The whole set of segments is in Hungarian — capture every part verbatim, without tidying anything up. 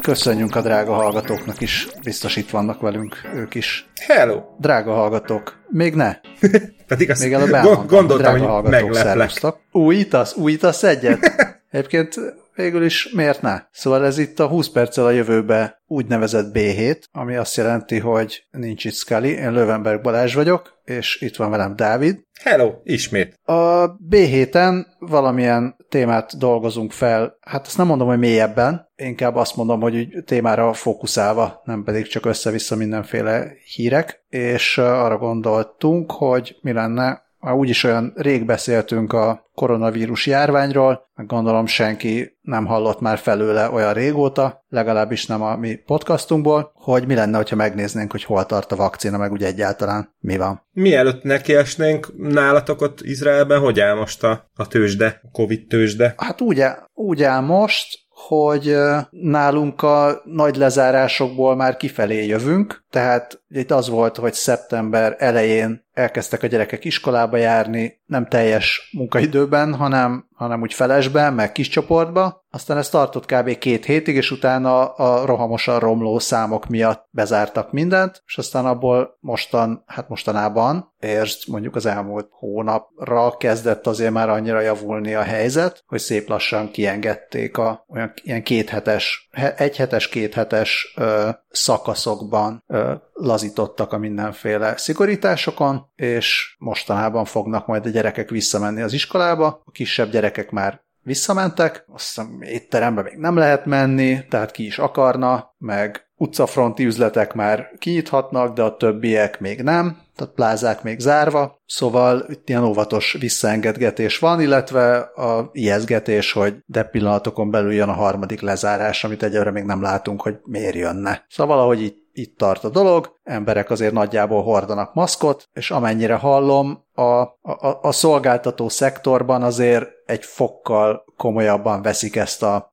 Köszönjünk a drága hallgatóknak is, biztos itt vannak velünk ők is. Hello! Drága hallgatók, még ne. Pedig azt még előbb elmondtam, gondoltam, drága hogy megleplek. Újítasz, újítasz egyet? Egyébként végül is miért ne? Szóval ez itt a húsz perccel a jövőbe úgynevezett bé hét, ami azt jelenti, hogy nincs itt Scully, én Löwenberg Balázs vagyok, és itt van velem Dávid. Hello, ismét. A bé héten valamilyen témát dolgozunk fel, hát azt nem mondom, hogy mélyebben, inkább azt mondom, hogy úgy témára fókuszálva, nem pedig csak össze-vissza mindenféle hírek, és arra gondoltunk, hogy mi lenne, ha úgyis olyan rég beszéltünk a koronavírus járványról, meg gondolom senki nem hallott már felőle olyan régóta, legalábbis nem a mi podcastunkból, hogy mi lenne, ha megnéznénk, hogy hol tart a vakcina, meg úgy egyáltalán mi van. Mielőtt nekiesnénk, nálatok ott Izraelben hogy áll most a, a tőzsde, a Covid tőzsde? Hát úgy áll, úgy áll most, hogy nálunk a nagy lezárásokból már kifelé jövünk, tehát itt az volt, hogy szeptember elején elkezdtek a gyerekek iskolába járni, nem teljes munkaidőben, hanem, hanem úgy felesben, meg kis csoportba. Aztán ez tartott kb. két hétig, és utána a rohamosan romló számok miatt bezártak mindent, és aztán abból mostan, hát mostanában, értsd, mondjuk az elmúlt hónapra kezdett azért már annyira javulni a helyzet, hogy szép lassan kiengedték a olyan ilyen kéthetes, egyhetes, kéthetes ö, szakaszokban ö, lazítottak a mindenféle szigorításokon, és mostanában fognak majd a gyerekek visszamenni az iskolába, a kisebb gyerekek már visszamentek, azt hiszem étterembe még nem lehet menni, tehát ki is akarna, meg utcafronti üzletek már kinyithatnak, de a többiek még nem, tehát plázák még zárva, szóval itt ilyen óvatos visszaengedgetés van, illetve a ijesztgetés, hogy de pillanatokon belül jön a harmadik lezárás, amit egyelőre még nem látunk, hogy miért jönne. Szóval valahogy itt, itt tart a dolog, emberek azért nagyjából hordanak maszkot, és amennyire hallom, a, a, a szolgáltató szektorban azért egy fokkal komolyabban veszik ezt a,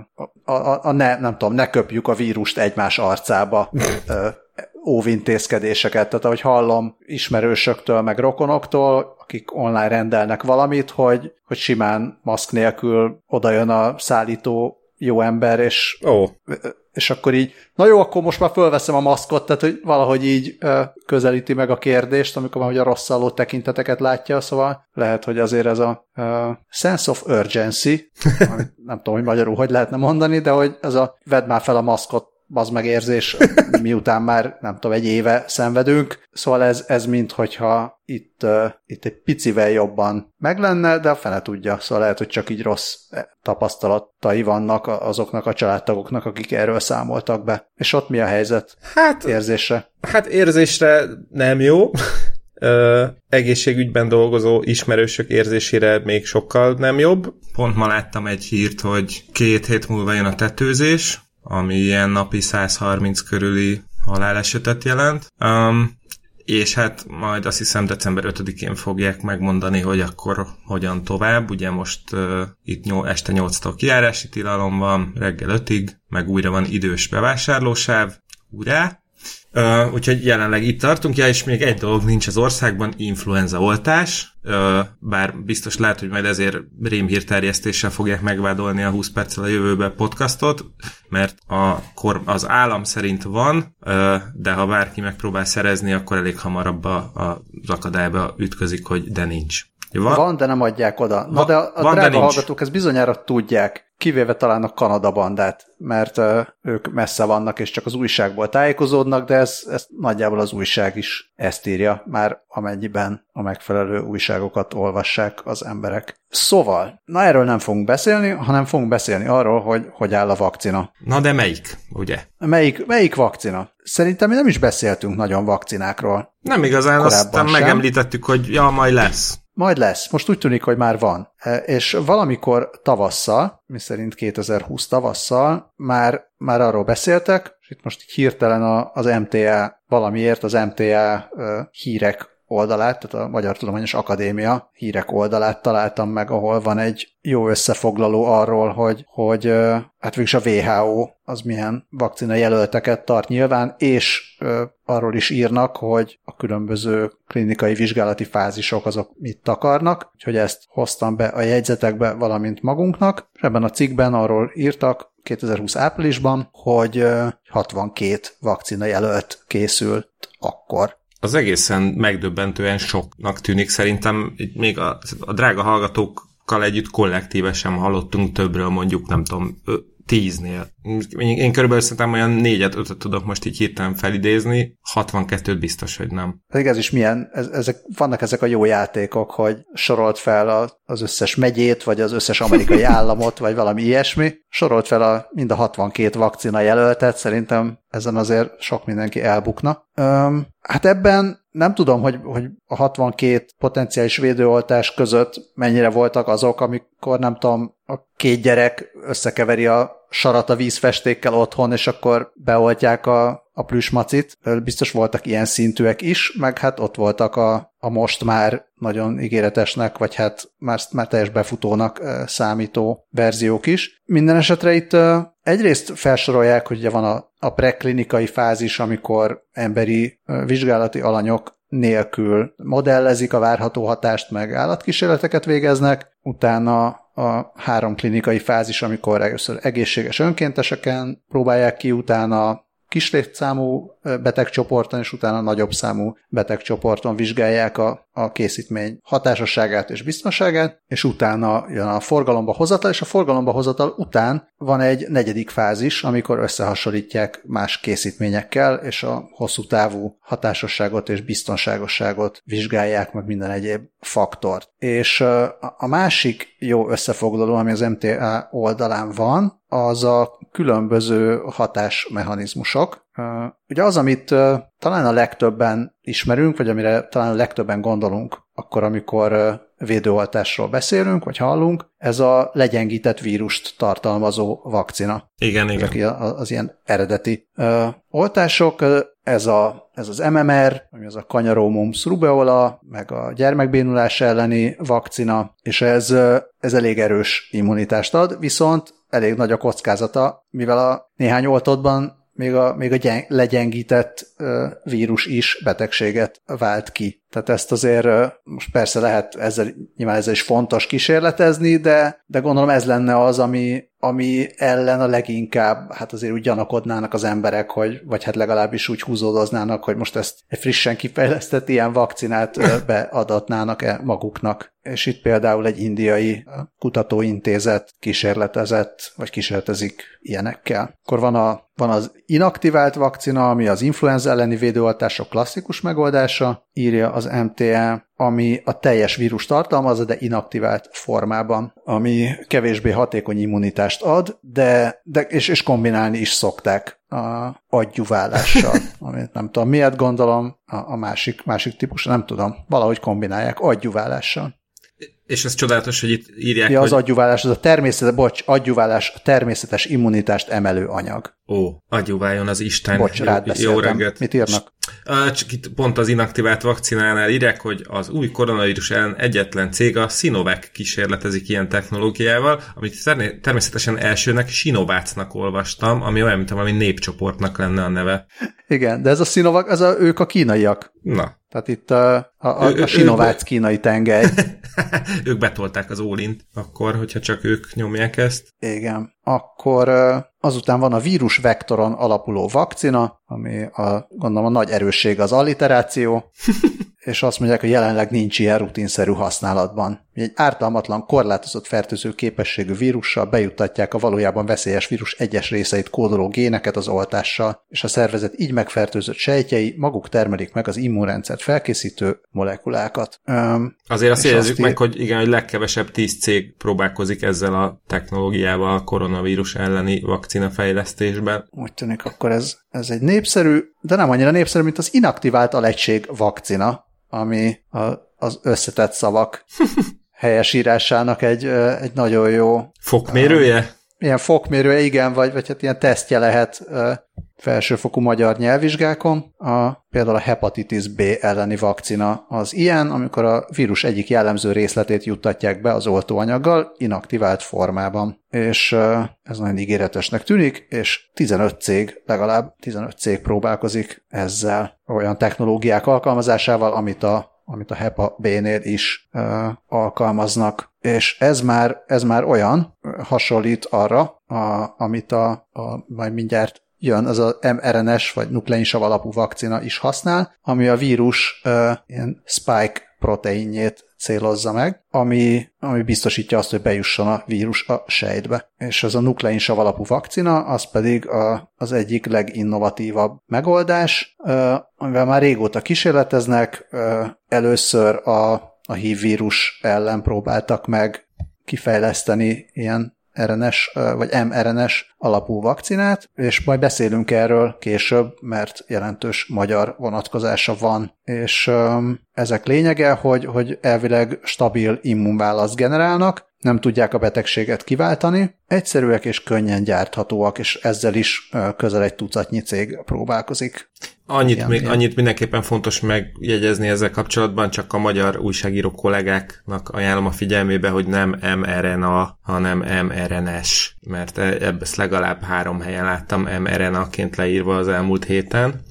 a, a, a ne, nem tudom, ne köpjük a vírust egymás arcába óvintézkedéseket. Tehát ahogy hallom ismerősöktől, meg rokonoktól, akik online rendelnek valamit, hogy, hogy simán maszk nélkül odajön a szállító jó ember, és, oh. és akkor így, na jó, akkor most már fölveszem a maszkot, tehát hogy valahogy így ö, közelíti meg a kérdést, amikor már hogy a rosszalló tekinteteket látja, szóval lehet, hogy azért ez a ö, sense of urgency, amit nem tudom, hogy magyarul hogy lehetne mondani, de hogy ez a vedd már fel a maszkot, bazd meg érzés, miután már nem tudom, egy éve szenvedünk, szóval ez, ez mint hogyha itt, uh, itt egy picivel jobban meg lenne, de a fene tudja, szóval lehet, hogy csak így rossz tapasztalatai vannak azoknak a családtagoknak, akik erről számoltak be. És ott mi a helyzet? Hát, érzésre? Hát érzésre nem jó. Ö, egészségügyben dolgozó ismerősök érzésére még sokkal nem jobb. Pont ma láttam egy hírt, hogy két hét múlva jön a tetőzés, ami ilyen napi száz harminc körüli halálesetet jelent. Um, és hát majd azt hiszem december ötödikén fogják megmondani, hogy akkor hogyan tovább. Ugye most uh, itt nyol, este nyolctól kijárási tilalom van, reggel ötig, meg újra van idős bevásárlósáv. Urá! Uh, úgyhogy jelenleg itt tartunk, ja, és még egy dolog nincs az országban, influenza oltás, uh, bár biztos lehet, hogy majd ezért rémhírterjesztéssel fogják megvádolni a húsz perccel a jövőbe podcastot, mert a kor, az állam szerint van, uh, de ha bárki megpróbál szerezni, akkor elég hamarabb a, a, az akadályba ütközik, hogy de nincs. Van, van, de nem adják oda. Na, Va, de a, a van, drága hallgatók ezt bizonyára tudják, kivéve talán a Kanada bandát, mert uh, ők messze vannak, és csak az újságból tájékozódnak, de ez, ez nagyjából az újság is ezt írja, már amennyiben a megfelelő újságokat olvassák az emberek. Szóval, na erről nem fogunk beszélni, hanem fogunk beszélni arról, hogy hogy áll a vakcina. Na de melyik, ugye? Melyik, melyik vakcina? Szerintem mi nem is beszéltünk nagyon vakcinákról. Nem igazán, aztán sem. Megemlítettük, hogy ja, majd lesz. Majd lesz. Most úgy tűnik, hogy már van. És valamikor tavasszal, miszerint kétezer-húsz tavasszal már, már arról beszéltek, és itt most hirtelen az em té á valamiért, az em té á hírek oldalát, tehát a Magyar Tudományos Akadémia hírek oldalát találtam meg, ahol van egy jó összefoglaló arról, hogy, hogy hát végülis a dupla vé há ó az milyen vakcina jelölteket tart nyilván, és ö, arról is írnak, hogy a különböző klinikai vizsgálati fázisok azok mit takarnak, úgyhogy ezt hoztam be a jegyzetekbe, valamint magunknak, és ebben a cikkben arról írtak, kétezer-húsz áprilisban, hogy hatvankét vakcina jelölt készült akkor. Az egészen megdöbbentően soknak tűnik. Szerintem még a, a drága hallgatókkal együtt kollektíve sem hallottunk többről, mondjuk nem tudom, tíznél. Én körülbelül szerintem olyan négyet, ötöt tudok most így hirtelen felidézni, hatvankettőt biztos, hogy nem. Ez is milyen, ez, ezek, vannak ezek a jó játékok, hogy sorolt fel a, az összes megyét, vagy az összes amerikai államot, vagy valami ilyesmi. Sorolt fel a, mind a hatvankét vakcina jelöltet, szerintem ezen azért sok mindenki elbukna. Öm, hát ebben nem tudom, hogy, hogy a hatvankét potenciális védőoltás között mennyire voltak azok, amikor nem tudom, a két gyerek összekeveri a sarat a vízfestékkel otthon, és akkor beoltják a, a plüsmacit. Biztos voltak ilyen szintűek is, meg hát ott voltak a, a most már nagyon ígéretesnek, vagy hát már, már teljes befutónak számító verziók is. Minden esetre itt egyrészt felsorolják, hogy ugye van a, a preklinikai fázis, amikor emberi vizsgálati alanyok nélkül modellezik a várható hatást, meg állatkísérleteket végeznek, utána a három klinikai fázis, amikor először egészséges önkénteseken próbálják ki, utána kis létszámú betegcsoporton, és utána nagyobb számú betegcsoporton vizsgálják a, a készítmény hatásosságát és biztonságát, és utána jön a forgalomba hozatal, és a forgalomba hozatal után van egy negyedik fázis, amikor összehasonlítják más készítményekkel, és a hosszú távú hatásosságot és biztonságosságot vizsgálják, meg minden egyéb faktort. És a másik jó összefoglaló, ami az em té á oldalán van, az a különböző hatásmechanizmusok. Ugye az, amit talán a legtöbben ismerünk, vagy amire talán a legtöbben gondolunk akkor, amikor védőoltásról beszélünk, vagy hallunk, ez a legyengített vírust tartalmazó vakcina. Igen, igen. Ezek az, az ilyen eredeti uh, oltások, ez, a, ez az em em er, ami az a kanyaró mumps rubeola, meg a gyermekbénulás elleni vakcina, és ez, ez elég erős immunitást ad, viszont elég nagy a kockázata, mivel a néhány oltottban még a, még a gyeng, legyengített uh, vírus is betegséget vált ki. Tehát ezt azért uh, most persze lehet ezzel, nyilván ezzel is fontos kísérletezni, de, de gondolom ez lenne az, ami, ami ellen a leginkább, hát azért úgy gyanakodnának az emberek, hogy, vagy hát legalábbis úgy húzódoznának, hogy most ezt egy frissen kifejlesztett ilyen vakcinát uh, beadatnának-e maguknak. És itt például egy indiai kutatóintézet kísérletezett, vagy kísérletezik ilyenekkel. Akkor van, a, van az inaktivált vakcina, ami az influenza elleni védőoltások klasszikus megoldása, írja az em té á, ami a teljes vírus tartalmazza, de inaktivált formában, ami kevésbé hatékony immunitást ad, de, de és, és kombinálni is szokták a agyúválással, amit nem tudom miért gondolom, a, a másik, másik típus, nem tudom, valahogy kombinálják agyúválással. És ez csodálatos, hogy itt írják, ja, hogy... az agyúválás, az a természetes, bocs, agyúválás, a természetes immunitást emelő anyag. Ó, agyúváljon az Isten. Bocs, rád beszéltem. Jó reggelt. Mit írnak? Csak itt pont az inaktivált vakcinánál írják, hogy az új koronavírus ellen egyetlen cég, a Sinovac kísérletezik ilyen technológiával, amit természetesen elsőnek Sinovácnak olvastam, ami olyan, mint valami népcsoportnak lenne a neve. Igen, de ez a Sinovac, ez a, ők a kínaiak. Na. Tehát itt a, a, a, a Sinovác kínai tengely. Ők betolták az ólint, akkor, hogyha csak ők nyomják ezt. Igen. Akkor azután van a vírus vektoron alapuló vakcina, ami a, gondolom a nagy erősség az alliteráció, és azt mondják, hogy jelenleg nincs ilyen rutinszerű használatban. Egy ártalmatlan, korlátozott fertőző képességű vírussal bejuttatják a valójában veszélyes vírus egyes részeit kódoló géneket az oltással, és a szervezet így megfertőzött sejtjei maguk termelik meg az immunrendszert felkészítő molekulákat. Öm, Azért azt érezzük meg, hogy igen, hogy legkevesebb tíz cég próbálkozik ezzel a technológiával a koronavírus elleni vakcina fejlesztésben. Úgy tűnik, akkor ez, ez egy népszerű, de nem annyira népszerű, mint az inaktivált alegység vakcina, ami a, az összetett szavak helyesírásának egy, egy nagyon jó... Fokmérője? Uh, ilyen fokmérője, igen, vagy, vagy hát ilyen tesztje lehet uh, felsőfokú magyar nyelvvizsgákon. A, például a hepatitis B elleni vakcina az ilyen, amikor a vírus egyik jellemző részletét juttatják be az oltóanyaggal inaktivált formában. És uh, ez nagyon ígéretesnek tűnik, és tizenöt cég, legalább tizenöt cég próbálkozik ezzel olyan technológiák alkalmazásával, amit a amit a hepa B-nél is uh, alkalmaznak. és ez már, ez már olyan, hasonlít arra, a, amit a, a majd mindjárt jön, az a em er en es vagy nukleinsav alapú vakcina is használ, ami a vírus uh, ilyen spike proteinjét célozza meg, ami, ami biztosítja azt, hogy bejusson a vírus a sejtbe. És ez a nukleinsav alapú vakcina, az pedig a, az egyik leginnovatívabb megoldás, uh, amivel már régóta kísérleteznek. Uh, először a, a hív vírus ellen próbáltak meg kifejleszteni ilyen er en es vagy em er en es alapú vakcinát, és majd beszélünk erről később, mert jelentős magyar vonatkozása van. És um, ezek lényege, hogy, hogy elvileg stabil immunválaszt generálnak, nem tudják a betegséget kiváltani, egyszerűek és könnyen gyárthatóak, és ezzel is uh, közel egy tucatnyi cég próbálkozik. Annyit, ilyen, még, ilyen. annyit mindenképpen fontos megjegyezni ezzel kapcsolatban, csak a magyar újságíró kollégáknak ajánlom a figyelmébe, hogy nem em er en á, hanem em er en es, mert ezt legalább három helyen láttam em er en á-ként leírva az elmúlt héten,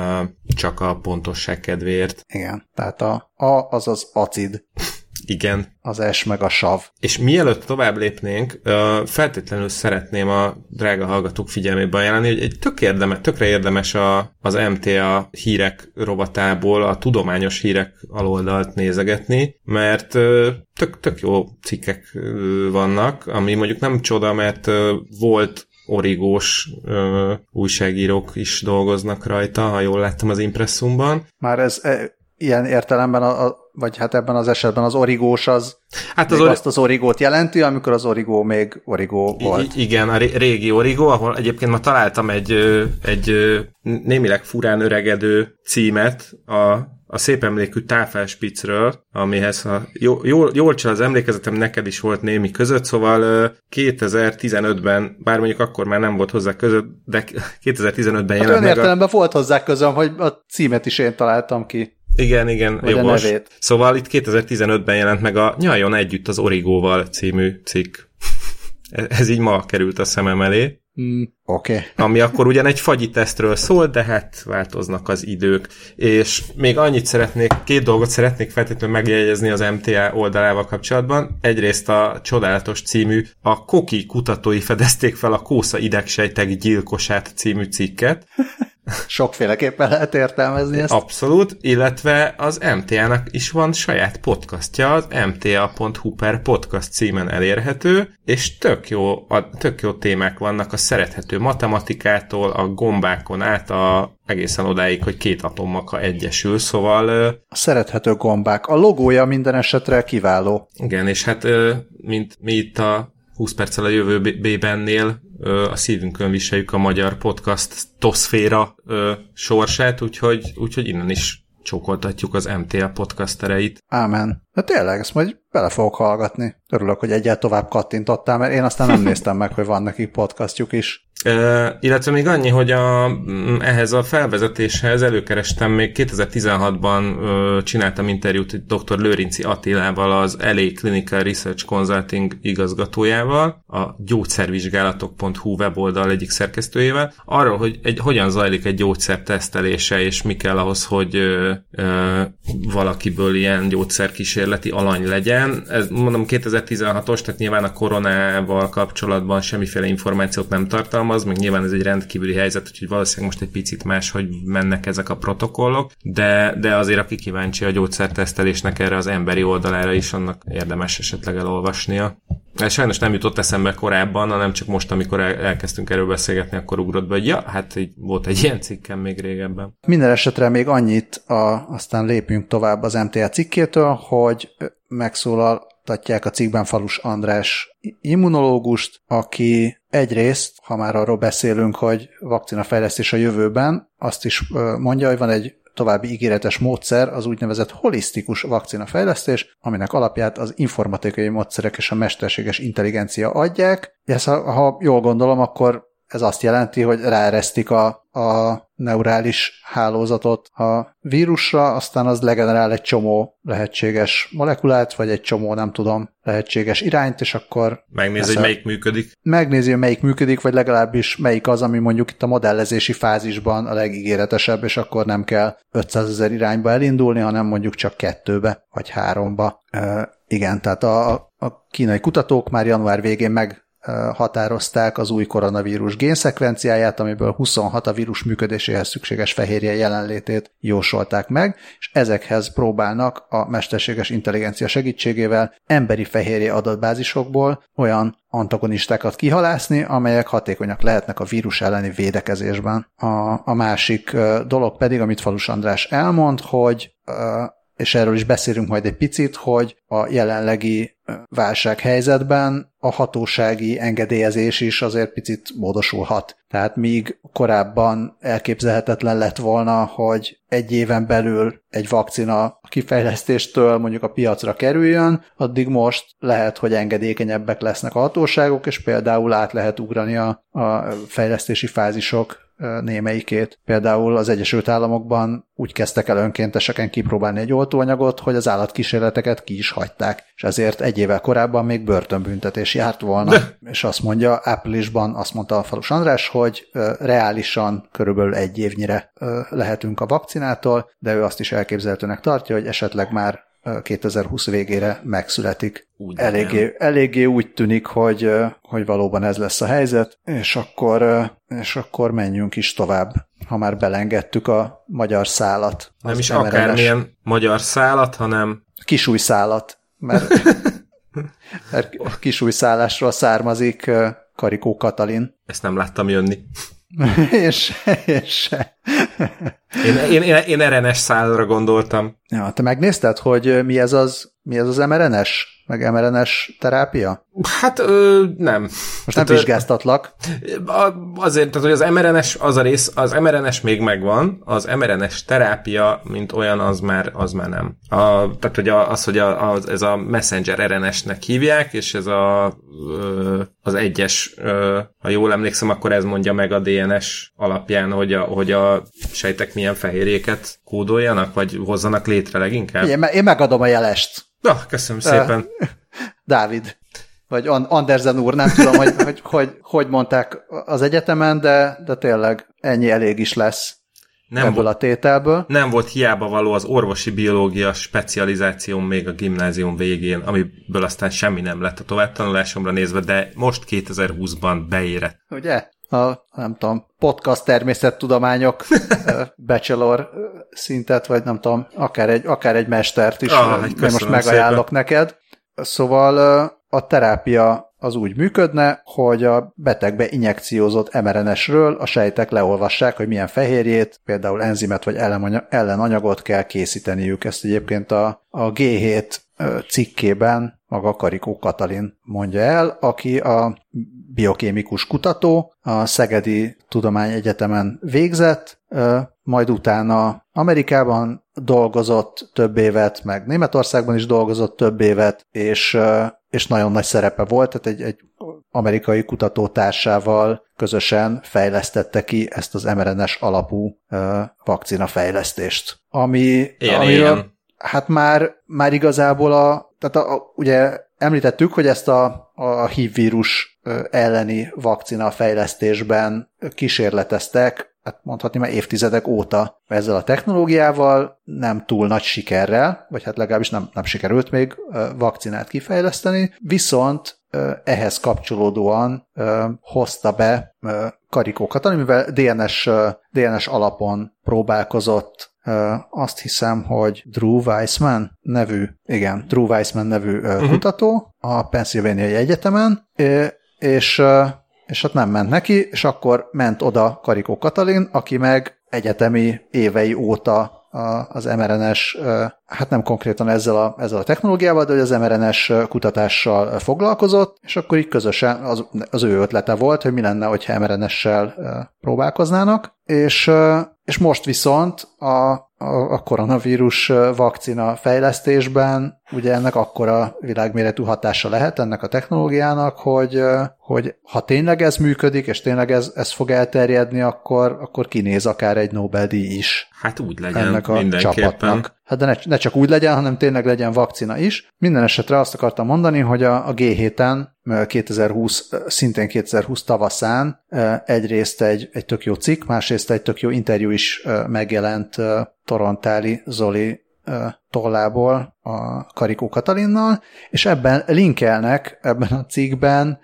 csak a pontosság kedvéért. Igen, tehát a A az az acid. Igen. Az S meg a sav. És mielőtt tovább lépnénk, feltétlenül szeretném a drága hallgatók figyelmébe ajánlani, hogy egy tök érdemes, tökre érdemes a, az em té á hírek rovatából a tudományos hírek aloldalt nézegetni, mert tök, tök jó cikkek vannak, ami mondjuk nem csoda, mert volt origós ö, újságírók is dolgoznak rajta, ha jól láttam az impresszumban. Már ez e, ilyen értelemben, a, a, vagy hát ebben az esetben az origós az, hát az or- azt az origót jelenti, amikor az origó még origó volt. I- igen, a régi origó, ahol egyébként ma találtam egy, egy némileg furán öregedő címet a a szép emlékű Tafelspitzről, amihez ha jól, jól, jól csal az emlékezetem, neked is volt némi között, szóval kétezer-tizenötben, bár mondjuk akkor már nem volt hozzá között, de kétezer-tizenötben hát jelent meg értelemben a... volt hozzá közöm, hogy a címet is én találtam ki. Igen, igen, vagy jogos. A nevét. Szóval itt kétezer-tizenötben jelent meg a Nyaljon együtt az origóval című cikk. Ez így ma került a szemem elé. Mm, Oké. Okay. Ami akkor ugyan egy fagyi tesztről szól, de hát változnak az idők. És még annyit szeretnék, két dolgot szeretnék feltétlenül megjegyezni az em té á oldalával kapcsolatban. Egyrészt a csodálatos című, a Koki kutatói fedezték fel a kósza idegsejtek gyilkosát című cikket. Sokféleképpen lehet értelmezni ezt. Abszolút, illetve az em té á-nak is van saját podcastja, az em té á pont hu per podcast címen elérhető, és tök jó, a, tök jó témák vannak a szerethető matematikától, a gombákon át a, egészen odáig, hogy két atommaka egyesül, szóval... A szerethető gombák. A logója minden esetre kiváló. Igen, és hát mint mi itt a húsz perccel a jövőbennél a szívünkön viseljük a magyar podcast toszféra sorsát, úgyhogy, úgyhogy innen is csókoltatjuk az em té á podcastereit. Ámen. De tényleg, ezt majd bele fogok hallgatni. Örülök, hogy egyel tovább kattintottál, mert én aztán nem néztem meg, hogy van nekik podcastjuk is. Uh, illetve még annyi, hogy a, ehhez a felvezetéshez előkerestem, még kétezer-tizenhatban uh, csináltam interjút doktor Lőrinci Attilával, az el á Clinical Research Consulting igazgatójával, a gyógyszervizsgálatok pont hu weboldal egyik szerkesztőjével, arról, hogy egy, hogyan zajlik egy gyógyszer tesztelése, és mi kell ahhoz, hogy uh, uh, valakiből ilyen gyógyszerkísérleti alany legyen. Ez mondom kétezer-tizenhatos, tehát nyilván a koronával kapcsolatban semmiféle információt nem tartalmaz, meg nyilván ez egy rendkívüli helyzet, úgyhogy valószínűleg most egy picit más, hogy mennek ezek a protokollok, de, de azért aki kíváncsi a gyógyszertesztelésnek erre az emberi oldalára is, annak érdemes esetleg elolvasnia. Ez sajnos nem jutott eszembe korábban, hanem csak most, amikor el, elkezdtünk erről beszélgetni, akkor ugrott be, hogy ja, hát így volt egy ilyen cikkem még régebben. Minden esetre még annyit, a, aztán lépjünk tovább az em té á cikkétől, hogy megszólaltatják a cikkben Falus András immunológust, aki egyrészt, ha már arról beszélünk, hogy vakcinafejlesztés a jövőben, azt is mondja, hogy van egy további ígéretes módszer, az úgynevezett holisztikus vakcinafejlesztés, aminek alapját az informatikai módszerek és a mesterséges intelligencia adják. Ezt, ha, ha jól gondolom, akkor ez azt jelenti, hogy ráeresztik a, a neurális hálózatot a vírusra, aztán az legenerál egy csomó lehetséges molekulát, vagy egy csomó, nem tudom, lehetséges irányt, és akkor... Megnézi, hogy melyik működik. Megnézi, hogy melyik működik, vagy legalábbis melyik az, ami mondjuk itt a modellezési fázisban a legígéretesebb, és akkor nem kell ötszázezer irányba elindulni, hanem mondjuk csak kettőbe, vagy háromba. Uh, igen, tehát a, a kínai kutatók már január végén meg határozták az új koronavírus génszekvenciáját, amiből huszonhat a vírus működéséhez szükséges fehérje jelenlétét jósolták meg, és ezekhez próbálnak a mesterséges intelligencia segítségével emberi fehérje adatbázisokból olyan antagonistákat kihalászni, amelyek hatékonyak lehetnek a vírus elleni védekezésben. A, a másik dolog pedig, amit Falus András elmond, hogy és erről is beszélünk majd egy picit, hogy a jelenlegi válsághelyzetben a hatósági engedélyezés is azért picit módosulhat. Tehát míg korábban elképzelhetetlen lett volna, hogy egy éven belül egy vakcina kifejlesztéstől mondjuk a piacra kerüljön, addig most lehet, hogy engedékenyebbek lesznek a hatóságok, és például át lehet ugrani a, a fejlesztési fázisok némelyikét. Például az Egyesült Államokban úgy kezdtek el önkénteseken kipróbálni egy oltóanyagot, hogy az állatkísérleteket ki is hagyták, és ezért egy évvel korábban még börtönbüntetés járt volna. És azt mondja, áprilisban azt mondta a Falus András, hogy reálisan körülbelül egy évnyire lehetünk a vakcinától, de ő azt is elképzelhetőnek tartja, hogy esetleg már kétezer-húsz végére megszületik. Eléggé, eléggé úgy tűnik, hogy, hogy valóban ez lesz a helyzet, és akkor, és akkor menjünk is tovább, ha már belengedtük a magyar szálat. Nem is akármilyen magyar szálat, hanem... Kisújszálat, mert, mert kisújszálásról származik Karikó Katalin. Ezt nem láttam jönni. és, és én, én, én, én er en es szálra gondoltam. Ja, te megnézted, hogy mi ez az, mi ez az em er en es, meg em er en es terápia? Hát ö, nem. Most tehát, nem vizsgáztatlak. Azért, tehát, hogy az em er en es, az a rész, az em er en es még megvan, az em er en es terápia, mint olyan, az már, az már nem. A, tehát, hogy a, az, hogy a, a, ez a messenger er en es-nek hívják, és ez a, az egyes, ha jól emlékszem, akkor ez mondja meg a dé en es alapján, hogy a, hogy a sejtek milyen fehérjéket kódoljanak, vagy hozzanak létre leginkább. Én, én megadom a jelest. Na, köszönöm szépen. Dávid, vagy Andersen úr, nem tudom, hogy hogy, hogy hogy mondták az egyetemen, de, de tényleg ennyi elég is lesz nem ebből volt, a tételből. Nem volt hiába való az orvosi biológia specializációm még a gimnázium végén, amiből aztán semmi nem lett a továbbtanulásomra nézve, de most kétezer-húszban beérett. Ugye? A, nem tudom, podcast természettudományok bachelor szintet, vagy nem tudom, akár egy, akár egy mestert is, ah, most megajánlok szépen neked. Szóval a terápia az úgy működne, hogy a betegbe injekciózott em er en esről a sejtek leolvassák, hogy milyen fehérjét, például enzimet vagy ellenanyagot kell készíteniük. Ezt egyébként a, a gé hét cikkében maga Karikó Katalin mondja el, aki a biokémikus kutató, a Szegedi Tudományegyetemen végzett, majd utána Amerikában dolgozott több évet, meg Németországban is dolgozott több évet, és, és nagyon nagy szerepe volt, tehát egy, egy amerikai kutatótársával közösen fejlesztette ki ezt az em er en es alapú vakcinafejlesztést. Ami, ilyen, amiről, ilyen. Hát már, már igazából a, tehát a, a, ugye említettük, hogy ezt a, a há i vé-vírus elleni vakcina fejlesztésben kísérleteztek, hát mondhatni már évtizedek óta ezzel a technológiával, nem túl nagy sikerrel, vagy hát legalábbis nem, nem sikerült még vakcinát kifejleszteni, viszont ehhez kapcsolódóan hozta be Karikó Katalin, mivel dé en es, dé en es alapon próbálkozott, azt hiszem, hogy Drew Weissman nevű, igen, Drew Weissman nevű uh-huh. kutató a Pennsylvaniai Egyetemen, és, és hát nem ment neki, és akkor ment oda Karikó Katalin, aki meg egyetemi évei óta az em er en es hát nem konkrétan ezzel a, ezzel a technológiával, de hogy az em er en es kutatással foglalkozott, és akkor így közösen az, az ő ötlete volt, hogy mi lenne, hogyha em er en essel próbálkoznának, és, és most viszont a a koronavírus vakcina fejlesztésben ugye ennek akkora világméretű hatása lehet ennek a technológiának, hogy, hogy ha tényleg ez működik, és tényleg ez, ez fog elterjedni, akkor, akkor kinéz akár egy Nobel-díj is. Hát úgy legyen ennek a mindenképpen. Csapatnak. Hát de ne, ne csak úgy legyen, hanem tényleg legyen vakcina is. Minden esetre azt akartam mondani, hogy a, a gé héten kétezer-húsz, szintén kétezer-húsz tavaszán egyrészt egy, egy tök jó cikk, másrészt egy tök jó interjú is megjelent Torontáli Zoli tollából a Karikó Katalinnal, és ebben linkelnek, ebben a cikkben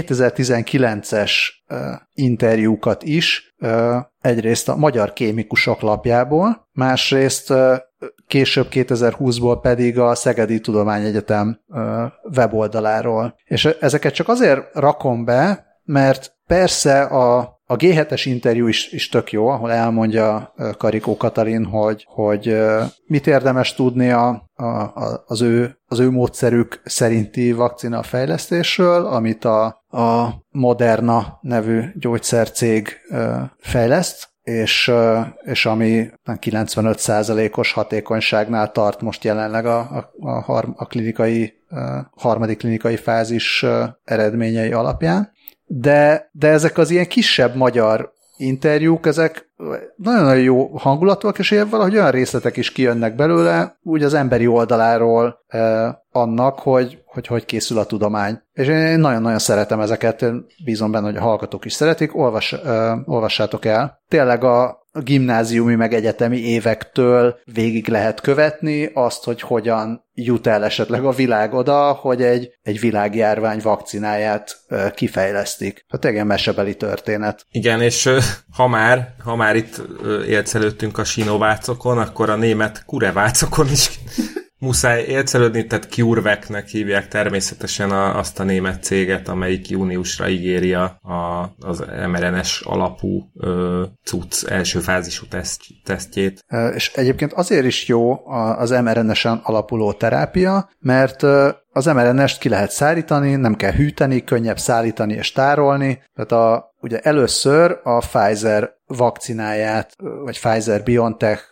kétezer-tizenkilences interjúkat is, egyrészt a Magyar Kémikusok lapjából, másrészt később kétezer-húszból pedig a Szegedi Tudományegyetem weboldaláról. És ezeket csak azért rakom be, mert persze a A gé hetes interjú is, is tök jó, ahol elmondja Karikó Katalin, hogy, hogy mit érdemes tudni a, a, az, ő, az ő módszerük szerinti vakcina fejlesztésről, amit a, a Moderna nevű gyógyszercég fejleszt, és, és ami kilencvenöt százalékos hatékonyságnál tart most jelenleg a, a, a, har, a klinikai, a harmadik klinikai fázis eredményei alapján. De, de ezek az ilyen kisebb magyar interjúk, ezek nagyon-nagyon jó hangulatúak, és ilyen valahogy olyan részletek is kijönnek belőle, úgy az emberi oldaláról eh, annak, hogy, hogy hogy készül a tudomány. És én nagyon-nagyon szeretem ezeket, bízom benne, hogy a hallgatók is szeretik, Olvas, eh, olvassátok el. Tényleg a a gimnáziumi meg egyetemi évektől végig lehet követni azt, hogy hogyan jut el esetleg a világ oda, hogy egy, egy világjárvány vakcináját kifejlesztik. Tehát igen, mesebeli történet. Igen, és ha már, ha már itt élcelődtünk a sinovácokon, akkor a német kurevácokon is muszáj élcelődni, tehát CureVac-nek hívják természetesen a, azt a német céget, amelyik júniusra ígéri a, a, az em er en es alapú ö, cucc első fázisú teszt, tesztjét. És egyébként azért is jó az em er en esen alapuló terápia, mert az em er en est ki lehet szállítani, nem kell hűteni, könnyebb szállítani és tárolni. Tehát a, ugye először a Pfizer vakcináját, vagy Pfizer-BioNTech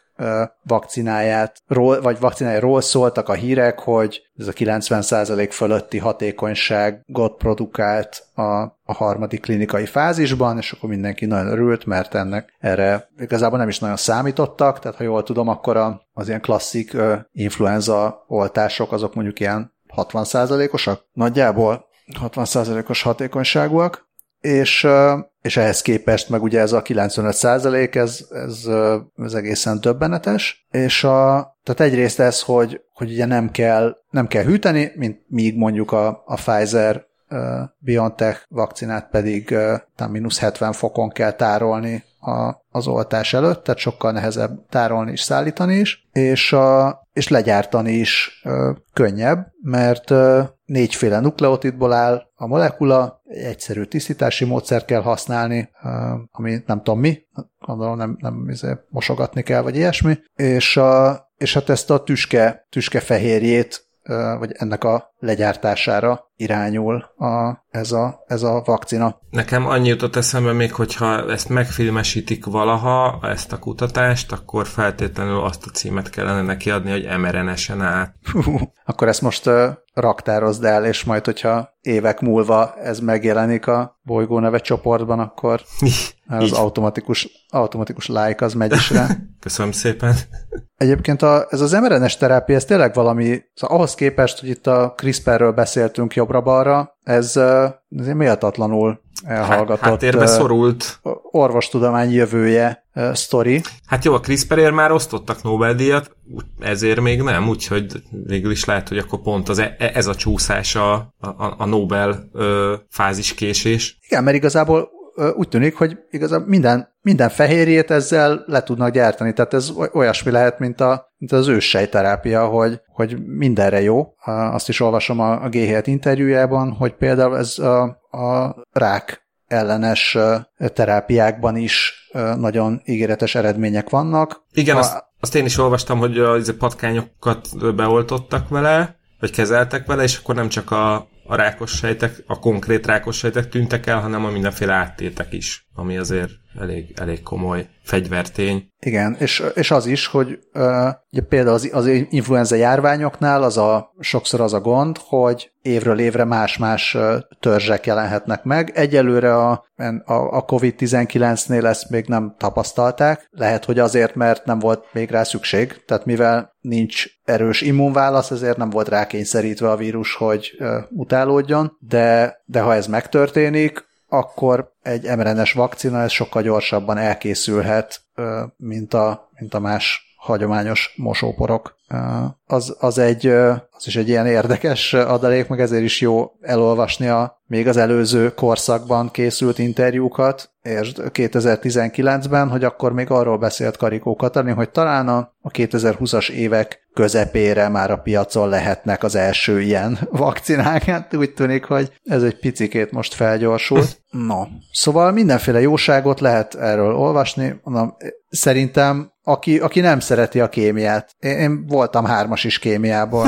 vakcináját, vagy vakcinájáról szóltak a hírek, hogy ez a kilencven százalék fölötti hatékonyságot produkált a, a harmadik klinikai fázisban, és akkor mindenki nagyon örült, mert ennek erre igazából nem is nagyon számítottak, tehát ha jól tudom, akkor a, az ilyen klasszik uh, influenza oltások, azok mondjuk ilyen hatvan százalékosak, nagyjából hatvan százalékos hatékonyságúak, és, és ehhez képest meg ugye ez a kilencvenöt százalék, ez, ez, ez egészen döbbenetes, és a, tehát egyrészt ez, hogy, hogy ugye nem kell, nem kell hűteni, mint míg mondjuk a, a Pfizer BioNTech vakcinát pedig talán mínusz hetven fokon kell tárolni a, az oltás előtt, tehát sokkal nehezebb tárolni és szállítani is, és, a, és legyártani is ö, könnyebb, mert ö, négyféle nukleotidból áll a molekula, egy egyszerű tisztítási módszert kell használni, ö, ami nem tudom mi, gondolom nem, nem mosogatni kell, vagy ilyesmi, és, a, és hát ezt a tüske, tüske fehérjét vagy ennek a legyártására irányul a, ez, a, ez a vakcina. Nekem annyi jutott eszembe még, hogyha ezt megfilmesítik valaha, ezt a kutatást, akkor feltétlenül azt a címet kellene neki adni, hogy em er en esen át. Akkor ezt most uh, raktározd el, és majd, hogyha évek múlva ez megjelenik a bolygó neve csoportban, akkor az automatikus, automatikus like az megy is rá. Köszönöm szépen. Egyébként a, ez az em er en es terápia, ez tényleg valami, szóval ahhoz képest, hogy itt a CRISPR-ről beszéltünk jobbra-balra, ez, ez méltatlanul elhallgatott. Háttérbe szorult. Orvostudomány jövője uh, sztori. Hát jó, a CRISPR-ért már osztottak Nobel-díjat, ezért még nem, úgyhogy végül is lehet, hogy akkor pont az, ez a csúszás a, a, a Nobel ö, fáziskésés. Igen, mert igazából úgy tűnik, hogy igazából minden, minden fehérjét ezzel le tudnak gyártani, tehát ez olyasmi lehet, mint, a, mint az őssejterápia, hogy, hogy mindenre jó. Azt is olvasom a gé hét interjújában, hogy például ez a, a rák ellenes terápiákban is nagyon ígéretes eredmények vannak. Igen, a, azt azt én is olvastam, hogy a patkányokat beoltottak vele, vagy kezeltek vele, és akkor nem csak a, a rákos sejtek, a konkrét rákos sejtek tűntek el, hanem a mindenféle áttétek is, ami azért elég, elég komoly fegyvertény. Igen, és, és az is, hogy uh, ugye például az, az influenza járványoknál az a, sokszor az a gond, hogy évről évre más-más törzsek jelenhetnek meg. Egyelőre a, a, a kovid tizenkilencnél ezt még nem tapasztalták. Lehet, hogy azért, mert nem volt még rá szükség. Tehát mivel nincs erős immunválasz, ezért nem volt rákényszerítve a vírus, hogy uh, utálódjon. De, de ha ez megtörténik, akkor egy em er en es vakcina ez sokkal gyorsabban elkészülhet, mint a, mint a más hagyományos mosóporok. Az, az, egy, az is egy ilyen érdekes adalék, meg ezért is jó elolvasni a még az előző korszakban készült interjúkat, és kétezer-tizenkilencben, hogy akkor még arról beszélt Karikó Katalin, hogy talán a, a kétezer-húszas évek közepére már a piacon lehetnek az első ilyen vakcinák. Hát úgy tűnik, hogy ez egy picikét most felgyorsult. No, szóval mindenféle jóságot lehet erről olvasni. Mondom, szerintem aki, aki nem szereti a kémiát, én, én voltam hármas is kémiából,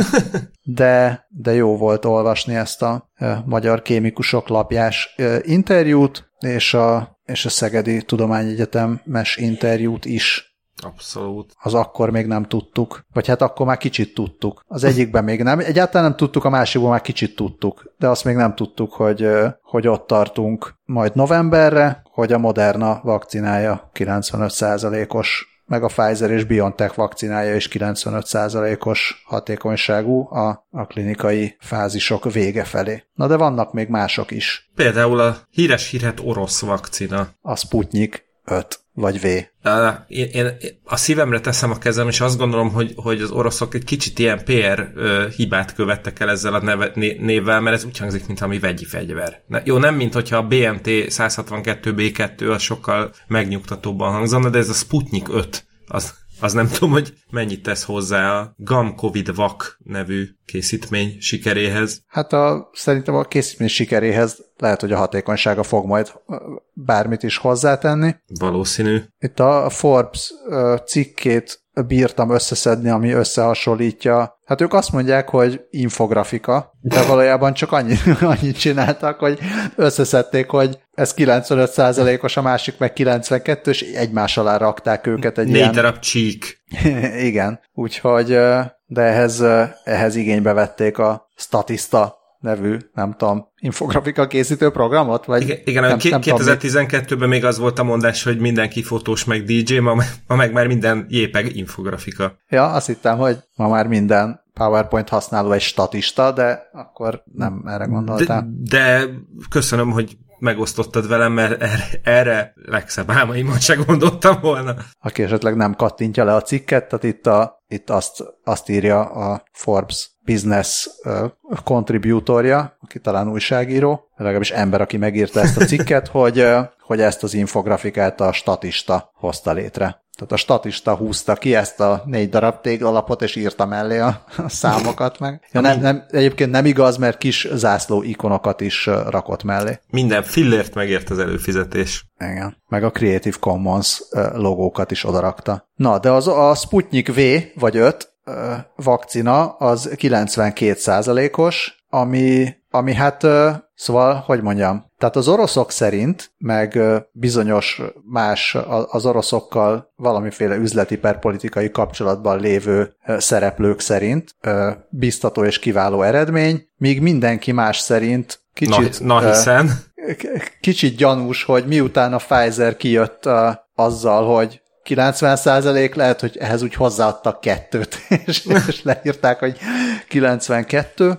de, de jó volt olvasni ezt a e, Magyar Kémikusok lapjás e, interjút, és a, és a Szegedi Tudományegyetemes interjút is. Abszolút. Az akkor még nem tudtuk. Vagy hát akkor már kicsit tudtuk. Az egyikben még nem. Egyáltalán nem tudtuk, a másikban már kicsit tudtuk. De azt még nem tudtuk, hogy, hogy ott tartunk majd novemberre, hogy a Moderna vakcinája kilencvenöt százalékos, meg a Pfizer és BioNTech vakcinája is kilencvenöt százalékos hatékonyságú a, a klinikai fázisok vége felé. Na de vannak még mások is. Például a híres hírhet orosz vakcina. A Sputnik öt. Vagy V. Uh, én, én a szívemre teszem a kezem, és azt gondolom, hogy, hogy az oroszok egy kicsit ilyen pé er uh, hibát követtek el ezzel a neve, né, névvel, mert ez úgy hangzik, mint ami vegyi fegyver. Ne, jó, nem mint hogyha a bé em té száz hatvankettő bé kettő az sokkal megnyugtatóbban hangzana, de ez a Sputnik öt, az, az nem tudom, hogy mennyit tesz hozzá a Gam-Covid-Vac nevű készítmény sikeréhez. Hát a, szerintem a készítmény sikeréhez lehet, hogy a hatékonysága fog majd bármit is hozzátenni. Valószínű. Itt a Forbes cikkét bírtam összeszedni, ami összehasonlítja. Hát ők azt mondják, hogy infografika, de valójában csak annyi, annyit csináltak, hogy összeszedték, hogy ez kilencvenöt százalékos, a másik meg kilencvenkettő, és egymás alá rakták őket egy Négy ilyen... darab csík. Igen, úgyhogy de ehhez, ehhez igénybe vették a Statista nevű, nem tudom, infografika készítő programot? Vagy igen, igen nem, kétezer-tizenkettőben még az volt a mondás, hogy mindenki fotós meg dé dzsé, ma, ma meg már minden jépeg infografika. Ja, azt hittem, hogy ma már minden PowerPoint használó egy statista, de akkor nem erre gondoltál. De, de köszönöm, hogy megosztottad velem, mert erre, erre legszebb álmaimat se gondoltam volna. Aki esetleg nem kattintja le a cikket, tehát itt, a, itt azt, azt írja a Forbes Business uh, contributorja, aki talán újságíró, legalábbis ember, aki megírta ezt a cikket, hogy, uh, hogy ezt az infografikát a Statista hozta létre. Tehát a Statista húzta ki ezt a négy darab téglalapot, és írta mellé a, a számokat meg. Ja, nem, nem, egyébként nem igaz, mert kis zászló ikonokat is rakott mellé. Minden fillért megért az előfizetés. Igen. Meg a Creative Commons logókat is odarakta. Na, de az a Sputnik V, vagy öt vakcina, az kilencvenkét százalékos, ami, ami hát, szóval, hogy mondjam, tehát az oroszok szerint, meg bizonyos más az oroszokkal valamiféle üzleti per politikai kapcsolatban lévő szereplők szerint biztató és kiváló eredmény, míg mindenki más szerint kicsit, na, na hiszen. kicsit gyanús, hogy miután a Pfizer kijött azzal, hogy kilencven százalék, lehet, hogy ehhez úgy hozzáadtak kettőt, és, és leírták, hogy kilencvenkettő,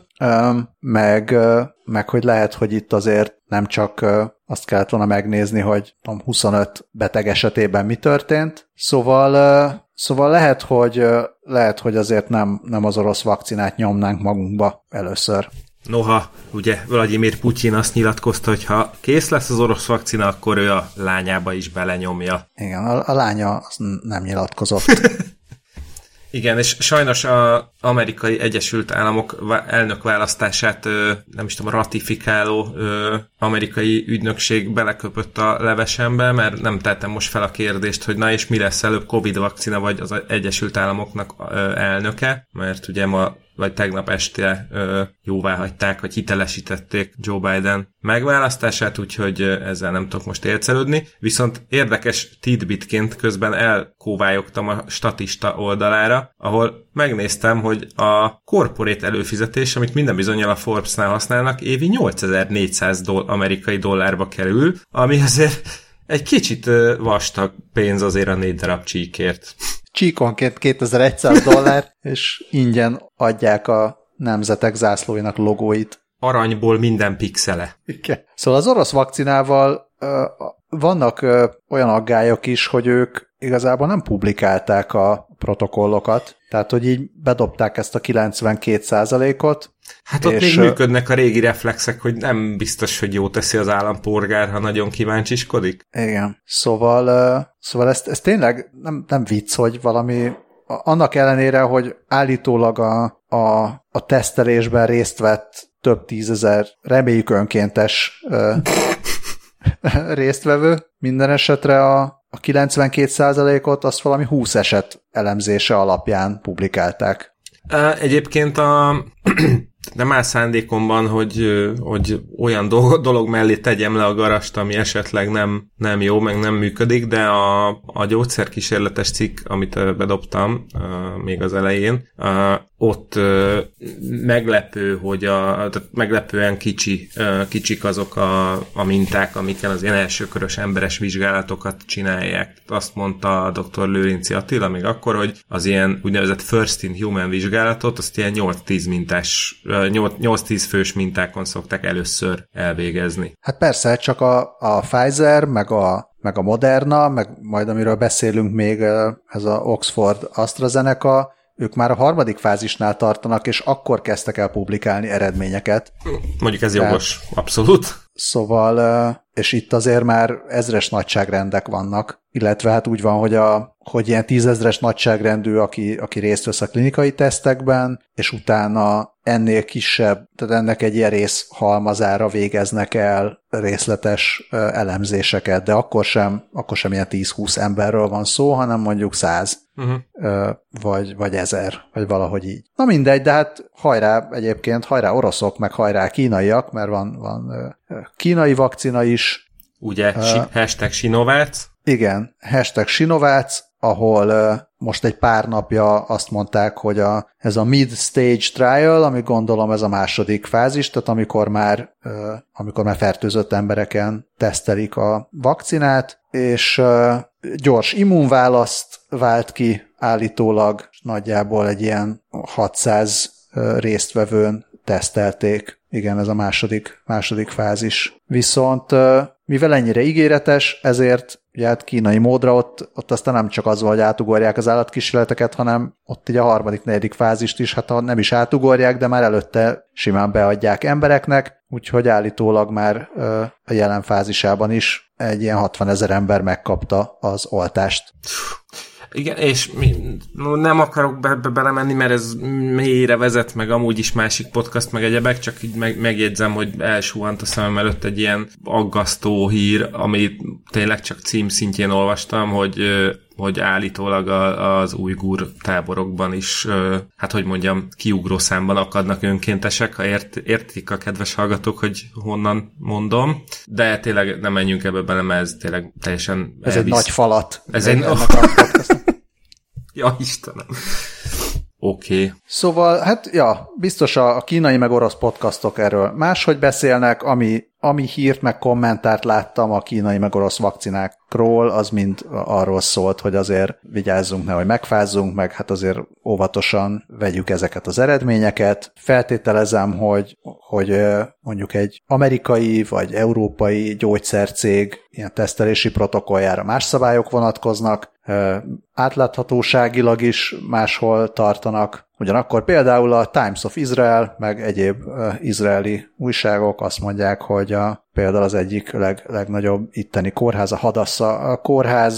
meg, meg hogy lehet, hogy itt azért nem csak azt kellett volna megnézni, hogy tudom, huszonöt beteg esetében mi történt, szóval, szóval lehet, hogy, lehet, hogy azért nem, nem az orosz vakcinát nyomnánk magunkba először. Noha, ugye Vladimir Putyin azt nyilatkozta, hogy ha kész lesz az orosz vakcina, akkor ő a lányába is belenyomja. Igen, a, a lánya nem nyilatkozott. Igen, és sajnos az Amerikai Egyesült Államok elnök választását nem is tudom, ratifikáló amerikai ügynökség beleköpött a levesembe, mert nem tettem most fel a kérdést, hogy na és mi lesz előbb, Covid vakcina vagy az Egyesült Államoknak elnöke, mert ugye ma vagy tegnap este ö, jóvá hagyták, vagy hitelesítették Joe Biden megválasztását, úgyhogy ezzel nem tudok most élcelődni. Viszont érdekes tidbitként közben elkóvályogtam a statista oldalára, ahol megnéztem, hogy a corporate előfizetés, amit minden bizonnyal a Forbes-nál használnak, évi nyolcezer-négyszáz doll- amerikai dollárba kerül, ami azért egy kicsit vastag pénz azért a négy darab csíkért. Csíkonként kétezer-száz dollár, és ingyen adják a nemzetek zászlóinak logóit. Aranyból minden pixele. Igen. Szóval az orosz vakcinával uh, vannak uh, olyan aggályok is, hogy ők igazából nem publikálták a protokollokat, tehát hogy így bedobták ezt a kilencvenkét százalékot. Hát ott még működnek a régi reflexek, hogy nem biztos, hogy jó teszi az állampolgár, ha nagyon kíváncsiskodik. Igen. Szóval, uh, szóval ez, ez tényleg nem, nem vicc, hogy valami annak ellenére, hogy állítólag a, a, a tesztelésben részt vett több tízezer, reméljük önkéntes uh, résztvevő, minden esetre a, a kilencvenkét százalékot azt valami húsz eset elemzése alapján publikálták. Egyébként a nem áll szándékomban, hogy, hogy olyan dolog, dolog mellé tegyem le a garast, ami esetleg nem, nem jó, meg nem működik, de a, a gyógyszerkísérletes cikk, amit bedobtam uh, még az elején, uh, ott uh, meglepő, hogy a, tehát meglepően kicsi, uh, kicsik azok a, a minták, amikkel az ilyen elsőkörös emberes vizsgálatokat csinálják. Azt mondta a doktor Lőrinci Attila még akkor, hogy az ilyen úgynevezett first in human vizsgálatot, azt ilyen nyolc-tíz mintás nyolc-tíz fős mintákon szokták először elvégezni. Hát persze, csak a, a Pfizer, meg a, meg a Moderna, meg majd amiről beszélünk még, ez a Oxford AstraZeneca, ők már a harmadik fázisnál tartanak, és akkor kezdtek el publikálni eredményeket. Mondjuk ez jogos, Tehát, abszolút. Szóval, és itt azért már ezres nagyságrendek vannak, illetve hát úgy van, hogy, a, hogy ilyen tízezres nagyságrendű, aki, aki részt vesz a klinikai tesztekben, és utána ennél kisebb, tehát ennek egy ilyen részhalmazára végeznek el részletes elemzéseket, de akkor sem, akkor sem ilyen tíz-húsz emberről van szó, hanem mondjuk száz, uh-huh. vagy, vagy ezer, vagy valahogy így. Na mindegy, de hát hajrá egyébként, hajrá oroszok, meg hajrá kínaiak, mert van, van kínai vakcina is. Ugye, uh, hashtag Sinovác. Igen, hashtag Sinovác, ahol uh, most egy pár napja azt mondták, hogy a, ez a mid-stage trial, ami gondolom ez a második fázis, tehát amikor már, uh, amikor már fertőzött embereken tesztelik a vakcinát, és uh, gyors immunválaszt vált ki állítólag, nagyjából egy ilyen hatszáz uh, résztvevőn tesztelték. Igen, ez a második, második fázis. Viszont mivel ennyire ígéretes, ezért ugye hát kínai módra ott, ott aztán nem csak az van, hogy átugorják az állatkísérleteket, hanem ott így a harmadik, negyedik fázist is, hát ha nem is átugorják, de már előtte simán beadják embereknek, úgyhogy állítólag már a jelen fázisában is egy ilyen hatvanezer ember megkapta az oltást. Igen, és mi, nem akarok be, be, belemenni, mert ez mélyre vezet, meg amúgy is másik podcast, meg egyebek, csak így meg, megjegyzem, hogy elsuhant a szemem előtt egy ilyen aggasztó hír, amit tényleg csak cím szintjén olvastam, hogy, hogy állítólag az ujgur táborokban is, hát hogy mondjam, kiugró számban akadnak önkéntesek, ha ért, értik a kedves hallgatók, hogy honnan mondom, de tényleg nem menjünk ebbe bele, mert ez tényleg teljesen Ez elvisz. Egy nagy falat. Ez egy... Ja, Istenem. Oké. Okay. Szóval, hát, ja, biztos a kínai meg orosz podcastok erről máshogy beszélnek, ami, ami hírt meg kommentárt láttam a kínai meg orosz vakcinákról, az mind arról szólt, hogy azért vigyázzunk, nehogy megfázzunk, meg hát azért óvatosan vegyük ezeket az eredményeket. Feltételezem, hogy, hogy mondjuk egy amerikai vagy európai gyógyszercég ilyen tesztelési protokolljára más szabályok vonatkoznak, átláthatóságilag is máshol tartanak. Ugyanakkor például a Times of Israel, meg egyéb uh, izraeli újságok azt mondják, hogy a, például az egyik leg, legnagyobb itteni kórház, a Hadassah kórház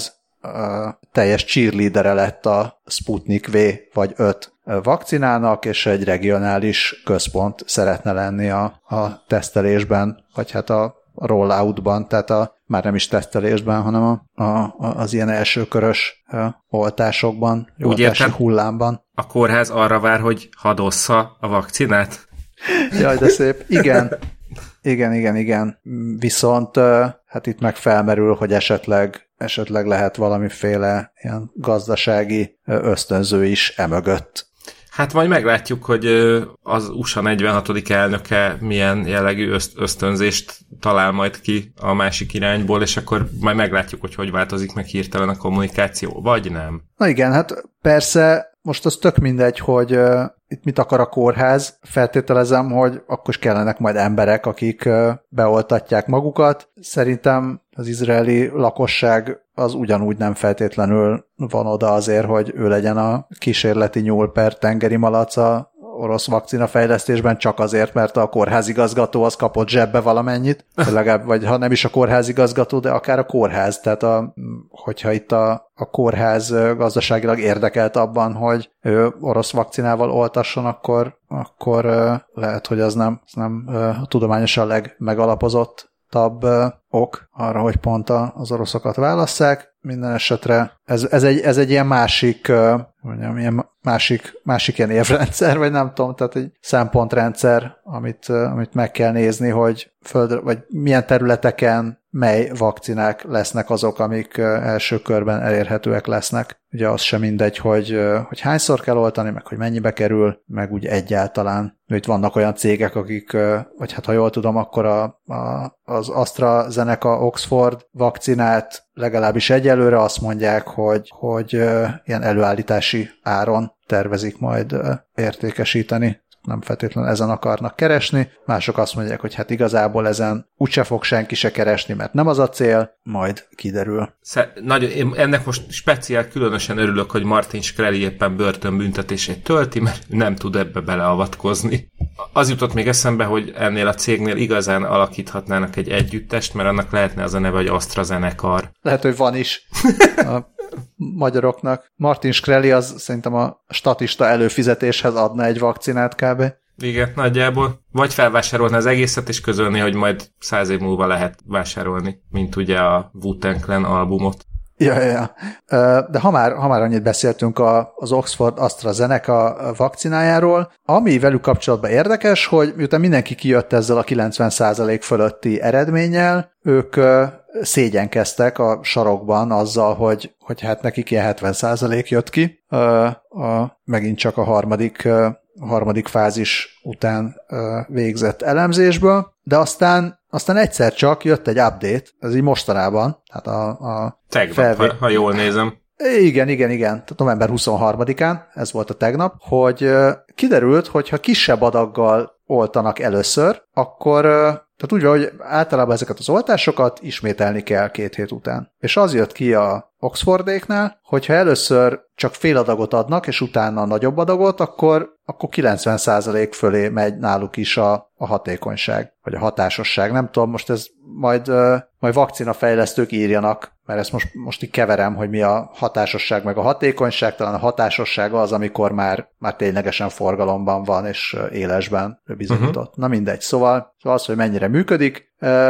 teljes cheerleadere lett a Sputnik V vagy öt vakcinának, és egy regionális központ szeretne lenni a, a tesztelésben, vagy hát a rolloutban, tehát a, már nem is tesztelésben, hanem a, a, az ilyen elsőkörös oltásokban, oltási hullámban. A kórház arra vár, hogy hadossza a vakcinát? Jaj, de szép. Igen. Igen, igen, igen. Viszont hát itt meg felmerül, hogy esetleg, esetleg lehet valamiféle ilyen gazdasági ösztönző is emögött. Hát majd meglátjuk, hogy az u es á negyvenhatodik elnöke milyen jellegű ösztönzést talál majd ki a másik irányból, és akkor majd meglátjuk, hogy hogy változik meg hirtelen a kommunikáció, vagy nem. Na igen, hát persze most az tök mindegy, hogy uh, itt mit akar a kórház. Feltételezem, hogy akkor is kellenek majd emberek, akik uh, beoltatják magukat. Szerintem az izraeli lakosság az ugyanúgy nem feltétlenül van oda azért, hogy ő legyen a kísérleti nyúl per tengeri malac a orosz vakcina fejlesztésben, csak azért, mert a kórházigazgató az kapott zsebbe valamennyit, legalább, vagy ha nem is a kórházigazgató, de akár a kórház. Tehát a, hogyha itt a, a kórház gazdaságilag érdekelt abban, hogy ő orosz vakcinával oltasson, akkor, akkor lehet, hogy az nem, az nem tudományosan legmegalapozottabb ok arra, hogy pont az oroszokat válasszák. Minden esetre ez, ez, egy, ez egy ilyen másik, mondjam, ilyen másik, másik ilyen évrendszer, vagy nem tudom, tehát egy szempontrendszer, amit, amit meg kell nézni, hogy földre, vagy milyen területeken mely vakcinák lesznek azok, amik első körben elérhetőek lesznek. Ugye az sem mindegy, hogy, hogy hányszor kell oltani, meg hogy mennyibe kerül, meg úgy egyáltalán. Itt vannak olyan cégek, akik, vagy hát ha jól tudom, akkor a, a, az AstraZeneca Oxford vakcinát legalábbis egyelőre azt mondják, hogy, hogy ilyen előállítási áron tervezik majd értékesíteni. Nem feltétlenül ezen akarnak keresni. Mások azt mondják, hogy hát igazából ezen úgyse fog senki se keresni, mert nem az a cél, majd kiderül. Nagyon, én ennek most speciál különösen örülök, hogy Martin Shkreli éppen börtönbüntetését tölti, mert nem tud ebbe beleavatkozni. Az jutott még eszembe, hogy ennél a cégnél igazán alakíthatnának egy együttest, mert annak lehetne az a neve, hogy AstraZeneca. Lehet, hogy van is a magyaroknak. Martin Shkreli az szerintem a statista előfizetéshez adna egy vakcinát kb. Igen, nagyjából. Vagy felvásárolni az egészet, és közölni, hogy majd száz év múlva lehet vásárolni, mint ugye a Wu-Tang Clan albumot. Ja, ja, ja. De ha már, ha már annyit beszéltünk az Oxford AstraZeneca vakcinájáról, ami velük kapcsolatban érdekes, hogy miután mindenki kijött ezzel a kilencven százalék fölötti eredménnyel, ők szégyenkeztek a sarokban azzal, hogy, hogy hát nekik ilyen hetven százalék jött ki, a, a, megint csak a harmadik, a harmadik fázis után végzett elemzésből, de aztán Aztán egyszer csak jött egy update, ez így mostanában. Hát a, a tegnap, felvé... ha, ha jól nézem. Igen, igen, igen. Tehát november huszonharmadikán, ez volt a tegnap, hogy kiderült, hogy ha kisebb adaggal oltanak először, akkor tehát úgy van, hogy általában ezeket az oltásokat ismételni kell két hét után. És az jött ki a Oxfordéknál, hogyha először csak fél adagot adnak, és utána nagyobb adagot, akkor, akkor kilencven százalék fölé megy náluk is a, a hatékonyság, vagy a hatásosság. Nem tudom, most ez majd, majd vakcinafejlesztők írjanak, mert ezt most, most így keverem, hogy mi a hatásosság meg a hatékonyság. Talán a hatásossága az, amikor már, már ténylegesen forgalomban van, és élesben bizonyított. Uh-huh. Na mindegy. Szóval, szóval az, hogy mennyire működik,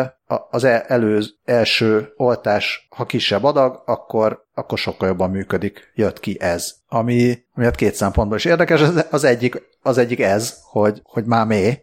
az előző első oltás, ha kisebb adag, akkor, akkor sokkal jobban működik. Jött ki ez. Ami, ami hát két szempontból is érdekes, az egyik, az egyik ez, hogy, hogy már mé,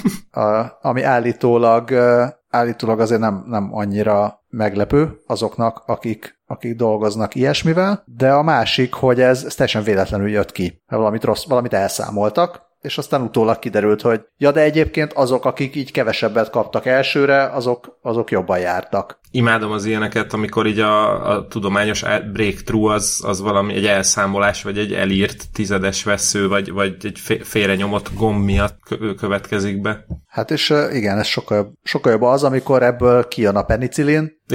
a, ami állítólag, állítólag azért nem, nem annyira meglepő azoknak, akik, akik dolgoznak ilyesmivel, de a másik, hogy ez, ez teljesen véletlenül jött ki. Valamit rossz, valamit elszámoltak, és aztán utólag kiderült, hogy ja, de egyébként azok, akik így kevesebbet kaptak elsőre, azok, azok jobban jártak. Imádom az ilyeneket, amikor így a, a tudományos breakthrough az, az valami egy elszámolás, vagy egy elírt tizedes vessző, vagy, vagy egy félrenyomott gomb miatt következik be. Hát és igen, ez sokkal jobb, sokkal jobb az, amikor ebből kijön a penicillin, igen.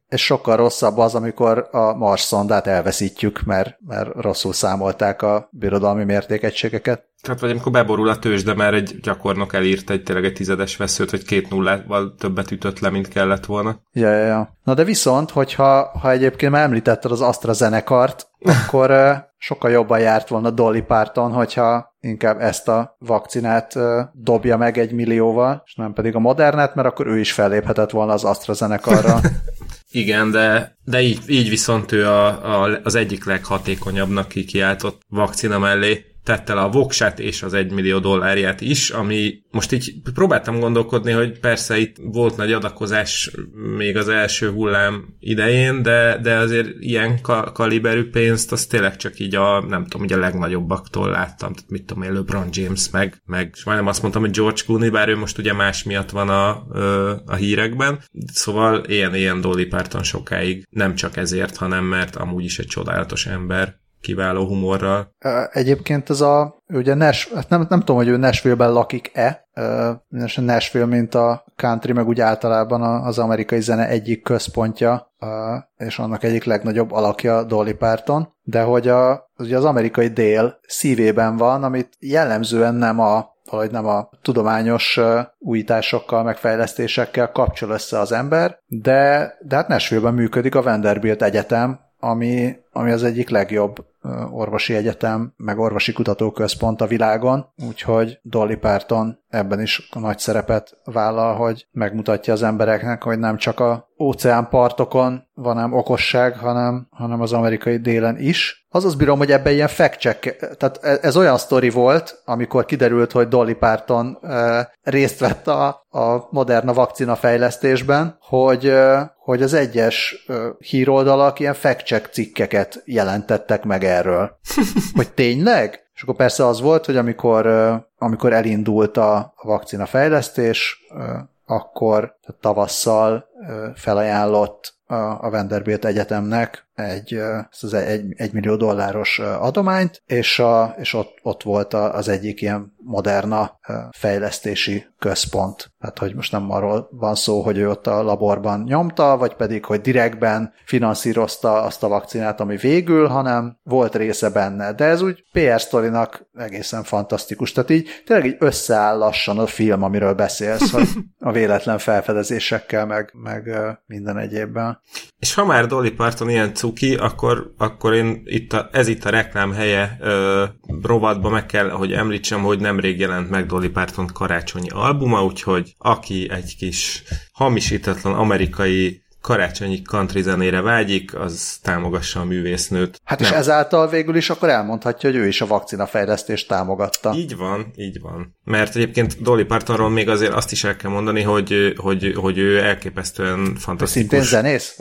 és sokkal rosszabb az, amikor a Mars szondát elveszítjük, mert, mert rosszul számolták a birodalmi mértékegységeket. Tehát vagy amikor beborul a tőzsde, mert egy gyakornok elírt egy tényleg egy tizedes veszőt, vagy két nullával többet ütött le, mint kellett volna. Ja, ja, ja. Na de viszont, hogyha ha egyébként már említetted az AstraZenecart, akkor uh, sokkal jobban járt volna Dolly Parton, hogyha inkább ezt a vakcinát uh, dobja meg egy millióval, és nem pedig a Modernát, mert akkor ő is felléphetett volna az AstraZenecarra. Igen, de, de így, így viszont ő a, a, az egyik leghatékonyabbnak kikiáltott vakcina mellé tette le a voksát és az egymillió dollárját is, ami most így próbáltam gondolkodni, hogy persze itt volt nagy adakozás még az első hullám idején, de, de azért ilyen ka- kaliberű pénzt az tényleg csak így a, nem tudom, így a legnagyobbaktól láttam, tehát mit tudom én, LeBron James, meg, meg és majdnem azt mondtam, hogy George Clooney, bár ő most ugye más miatt van a, a hírekben, szóval ilyen-ilyen Dolly Parton sokáig, nem csak ezért, hanem mert amúgy is egy csodálatos ember, kiváló humorral. Egyébként ez a, ugye Nash, nem, nem tudom, hogy ő Nashville-ben lakik-e, Nashville, mint a country, meg úgy általában az amerikai zene egyik központja, és annak egyik legnagyobb alakja Dolly Parton, de hogy a, ugye az amerikai dél szívében van, amit jellemzően nem a valahogy nem a tudományos újításokkal, megfejlesztésekkel kapcsol össze az ember, de, de hát Nashville-ben működik a Vanderbilt Egyetem, ami, ami az egyik legjobb orvosi egyetem, meg orvosi kutatóközpont a világon, úgyhogy Dolly Parton ebben is nagy szerepet vállal, hogy megmutatja az embereknek, hogy nem csak a óceánpartokon van ám okosság, hanem, hanem az amerikai délen is. Azaz bírom, hogy ebben ilyen fact-check, tehát ez olyan sztori volt, amikor kiderült, hogy Dolly Parton e, részt vett a, a Moderna vakcina fejlesztésben, hogy, e, hogy az egyes e, híroldalak ilyen fact-check cikkeket jelentettek meg erről. Hogy tényleg? És akkor persze az volt, hogy amikor, e, amikor elindult a vakcina fejlesztés, e, akkor tavasszal e, felajánlott a Vanderbilt Egyetemnek egy, az egy, egy millió dolláros adományt, és, a, és ott, ott volt az egyik ilyen Moderna fejlesztési központ. Hát, hogy most nem arról van szó, hogy ő ott a laborban nyomta, vagy pedig, hogy direktben finanszírozta azt a vakcinát, ami végül, hanem volt része benne. De ez úgy pé er sztorinak egészen fantasztikus. Tehát így tényleg így összeáll lassan a film, amiről beszélsz, hogy a véletlen felfedezésekkel, meg, meg minden egyébben. És ha már Dolly Parton ilyen cuki, akkor, akkor én itt a, ez itt a reklám helye ö, rovatba meg kell, hogy említsem, hogy nemrég jelent meg Dolly Parton karácsonyi albuma, úgyhogy aki egy kis hamisítatlan amerikai karácsonyi country zenére vágyik, az támogassa a művésznőt. Hát nem. És ezáltal végül is akkor elmondhatja, hogy ő is a vakcinafejlesztést támogatta. Így van, így van. Mert egyébként Dolly Partonról még azért azt is el kell mondani, hogy, hogy, hogy ő elképesztően fantasztikus. Szintén zenész?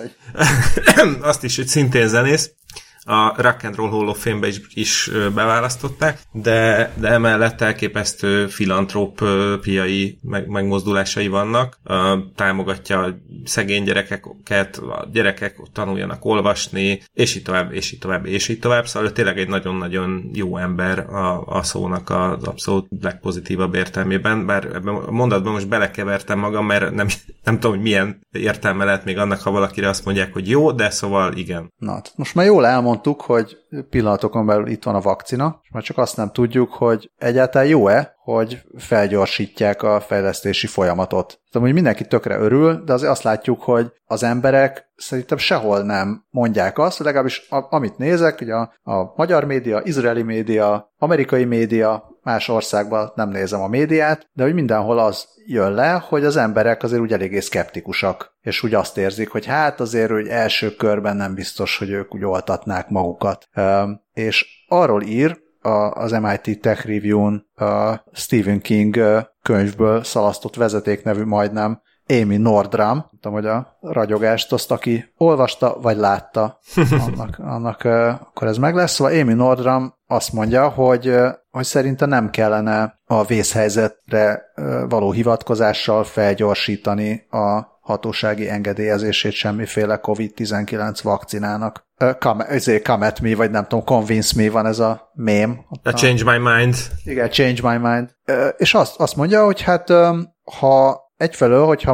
Azt is, hogy szintén zenész. A Rock and Roll Hall of Fame-be is, is beválasztották, de, de emellett elképesztő filantrópiai meg, megmozdulásai vannak. Uh, támogatja a szegény gyerekeket, a gyerekek tanuljanak olvasni, és így tovább, és így tovább, és így tovább. Szóval tényleg egy nagyon-nagyon jó ember a, a szónak az abszolút legpozitívabb értelmében, bár ebben a mondatban most belekevertem magam, mert nem, nem tudom, hogy milyen értelme lehet még annak, ha valakire azt mondják, hogy jó, de szóval igen. Na, most már jól elmondtam, hogy pillanatokon belül itt van a vakcina, és már csak azt nem tudjuk, hogy egyáltalán jó-e, hogy felgyorsítják a fejlesztési folyamatot. Tudom, hogy mindenki tökre örül, de azért azt látjuk, hogy az emberek szerintem sehol nem mondják azt, legalábbis a, amit nézek, ugye a, a magyar média, izraeli média, amerikai média, más országban nem nézem a médiát, de hogy mindenhol az jön le, hogy az emberek azért úgy eléggé szkeptikusak, és úgy azt érzik, hogy hát azért hogy első körben nem biztos, hogy ők úgy oltatnák magukat. És arról ír az em i té Tech Review-n a Stephen King könyvből szalasztott vezeték nevű majdnem Amy Nordram, nem tudom, hogy a ragyogást azt, aki olvasta, vagy látta, annak, annak akkor ez meg lesz. Szóval Amy Nordram azt mondja, hogy, hogy szerinte nem kellene a vészhelyzetre való hivatkozással felgyorsítani a hatósági engedélyezését semmiféle kovid tizenkilenc vakcinának. Come, ezért come at me, vagy nem tudom, convince me van ez a mém. A change my mind. Igen, change my mind. És azt, azt mondja, hogy hát ha egyfelől, hogyha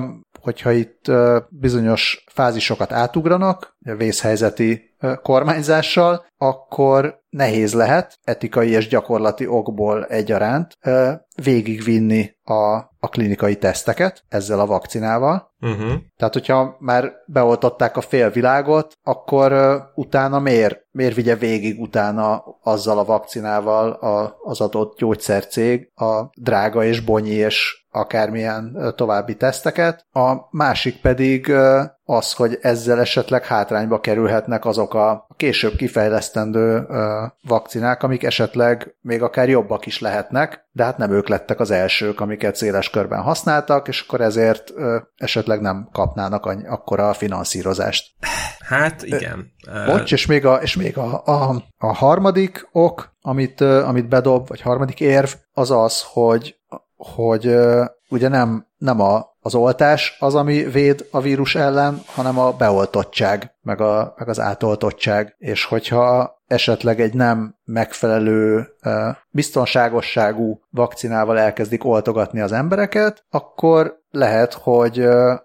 hogyha itt bizonyos fázisokat átugranak, vészhelyzeti kormányzással, akkor nehéz lehet etikai és gyakorlati okból egyaránt végigvinni a, a klinikai teszteket ezzel a vakcinával. Uh-huh. Tehát, hogyha már beoltották a fél világot, akkor uh, utána miért, miért vigye végig utána azzal a vakcinával a, az adott gyógyszercég a drága és bonyi és akármilyen uh, további teszteket. A másik pedig uh, az, hogy ezzel esetleg hátrányba kerülhetnek azok a később kifejlesztendő uh, vakcinák, amik esetleg még akár jobbak is lehetnek, de hát nem ők lettek az elsők, amiket széles körben használtak, és akkor ezért uh, esetleg nem kapnának any- akkora finanszírozást. Hát igen. Bocs, és még a, és még a, a, a harmadik ok, amit, uh, amit bedob, vagy harmadik érv, az az, hogy, hogy uh, ugye nem, nem a, az oltás az, ami véd a vírus ellen, hanem a beoltottság, meg, a, meg az átoltottság. És hogyha esetleg egy nem megfelelő biztonságosságú vakcinával elkezdik oltogatni az embereket, akkor lehet, hogy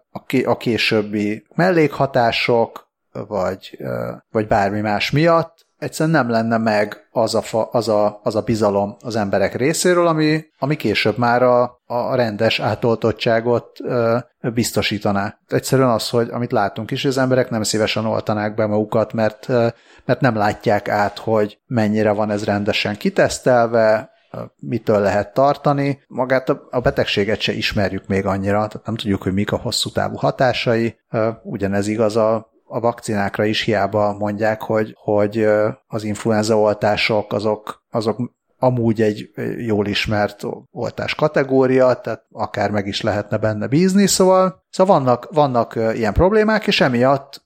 a későbbi mellékhatások, vagy, vagy bármi más miatt egyszerűen nem lenne meg az a, fa, az a, az a bizalom az emberek részéről, ami, ami később már a, a rendes átoltottságot ö, biztosítaná. Egyszerűen az, hogy amit látunk is, hogy az emberek nem szívesen oltanák be magukat, mert, ö, mert nem látják át, hogy mennyire van ez rendesen kitesztelve, mitől lehet tartani. Magát a betegséget se ismerjük még annyira, tehát nem tudjuk, hogy mik a hosszú távú hatásai. Ugyanez igaz a a vakcinákra is, hiába mondják, hogy, hogy az influenzaoltások azok, azok amúgy egy jól ismert oltás kategória, tehát akár meg is lehetne benne bízni, szóval, szóval vannak, vannak ilyen problémák, és emiatt,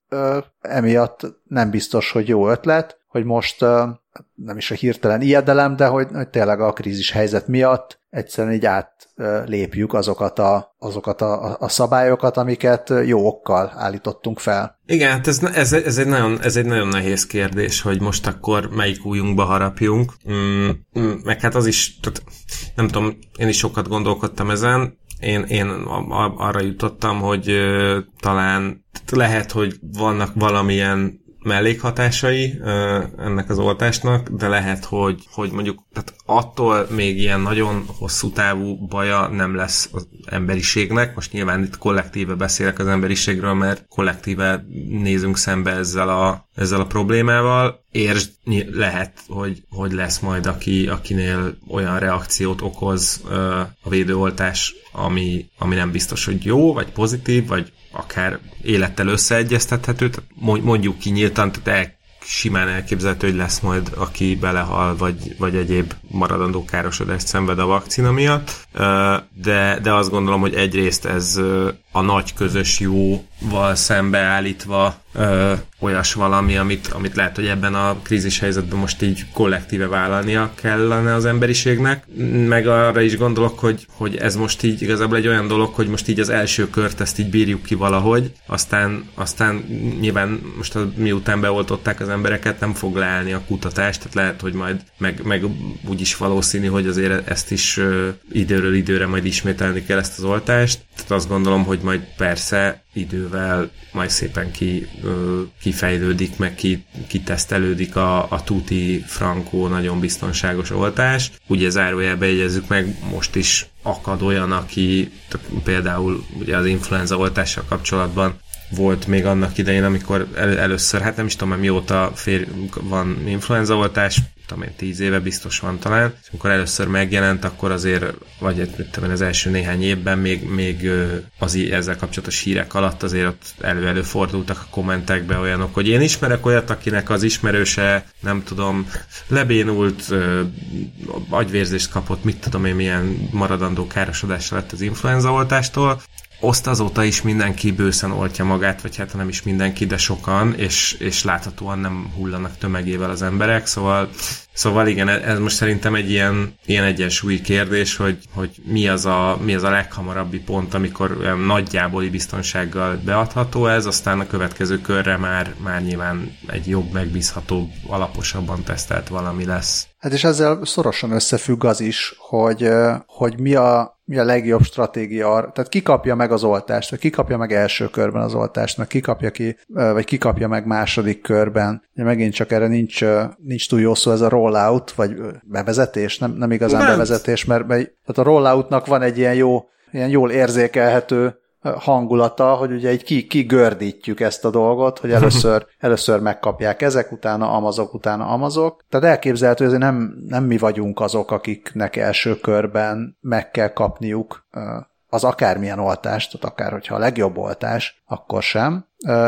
emiatt nem biztos, hogy jó ötlet, hogy most nem is a hirtelen ijedelem, de hogy, hogy tényleg a krízis helyzet miatt egyszerűen így átlépjük azokat a, azokat a, a szabályokat, amiket jó okkal állítottunk fel. Igen, hát ez, ez, ez, egy nagyon, ez egy nagyon nehéz kérdés, hogy most akkor melyik ujjunkba harapjunk. Mm, mm, meg hát az is, tehát, nem tudom, én is sokat gondolkodtam ezen. Én, én arra jutottam, hogy uh, talán lehet, hogy vannak valamilyen mellékhatásai uh, ennek az oltásnak, de lehet, hogy, hogy mondjuk tehát attól még ilyen nagyon hosszú távú baja nem lesz az emberiségnek. Most nyilván itt kollektíve beszélek az emberiségről, mert kollektíve nézünk szembe ezzel a, ezzel a problémával. Értsd, lehet, hogy, hogy lesz majd, aki, akinél olyan reakciót okoz uh, a védőoltás, ami, ami nem biztos, hogy jó, vagy pozitív, vagy akár élettel összeegyeztethető, tehát mondjuk ki nyíltan, tehát el, simán elképzelhető, hogy lesz majd, aki belehal, vagy, vagy egyéb maradandó károsodást szenved a vakcina miatt, de, de azt gondolom, hogy egyrészt ez a nagy közös jóval szembeállítva olyas valami, amit, amit lehet, hogy ebben a krízis helyzetben most így kollektíve vállalnia kellene az emberiségnek, meg arra is gondolok, hogy, hogy ez most így igazából egy olyan dolog, hogy most így az első kört ezt így bírjuk ki valahogy, aztán, aztán nyilván most miután beoltották az embereket, nem fog leállni a kutatás, tehát lehet, hogy majd meg, meg úgyis valószínű, hogy azért ezt is uh, időről időre majd ismételni kell ezt az oltást, tehát azt gondolom, hogy majd persze idővel majd szépen ki, uh, kifejlődik, meg ki, kitesztelődik a, a tuti frankó nagyon biztonságos oltás. Ugye zárójelbe jegyezzük meg, most is akad olyan, aki például ugye az influenza oltással kapcsolatban volt még annak idején, amikor el, először, hát nem is tudom, mióta fér, van influenzaoltás, tudom én, tíz éve biztos van talán, és amikor először megjelent, akkor azért, vagy tudom én, az első néhány évben még, még az ezzel kapcsolatos hírek alatt azért ott elő-elő fordultak a kommentekbe olyanok, hogy én ismerek olyat, akinek az ismerőse, nem tudom, lebénult, agyvérzést kapott, mit tudom én, milyen maradandó károsodása lett az influenzaoltástól. Oszt azóta is mindenki bőszen oltja magát, vagy hát nem is mindenki, de sokan, és, és láthatóan nem hullanak tömegével az emberek, szóval Szóval igen, ez most szerintem egy ilyen, ilyen egyensúlyi kérdés, hogy, hogy mi, az a, mi az a leghamarabbi pont, amikor olyan nagyjáboli biztonsággal beadható ez, aztán a következő körre már, már nyilván egy jobb, megbízhatóbb, alaposabban tesztelt valami lesz. Hát és ezzel szorosan összefügg az is, hogy, hogy mi, a, mi a legjobb stratégia, tehát ki kapja meg az oltást, vagy ki kapja meg első körben az oltást, meg ki kapja ki, vagy ki kapja meg második körben. Ugye megint csak erre nincs, nincs túl jó szó, ez a rollout, vagy bevezetés, nem, nem igazán nem. bevezetés, mert, mert tehát a rolloutnak van egy ilyen jó, ilyen jól érzékelhető hangulata, hogy ugye így ki, kigördítjük ezt a dolgot, hogy először, először megkapják ezek, utána amazok, utána amazok. Tehát elképzelhető, hogy nem, nem mi vagyunk azok, akiknek első körben meg kell kapniuk az akármilyen oltást, tehát akár hogyha a legjobb oltás, akkor sem.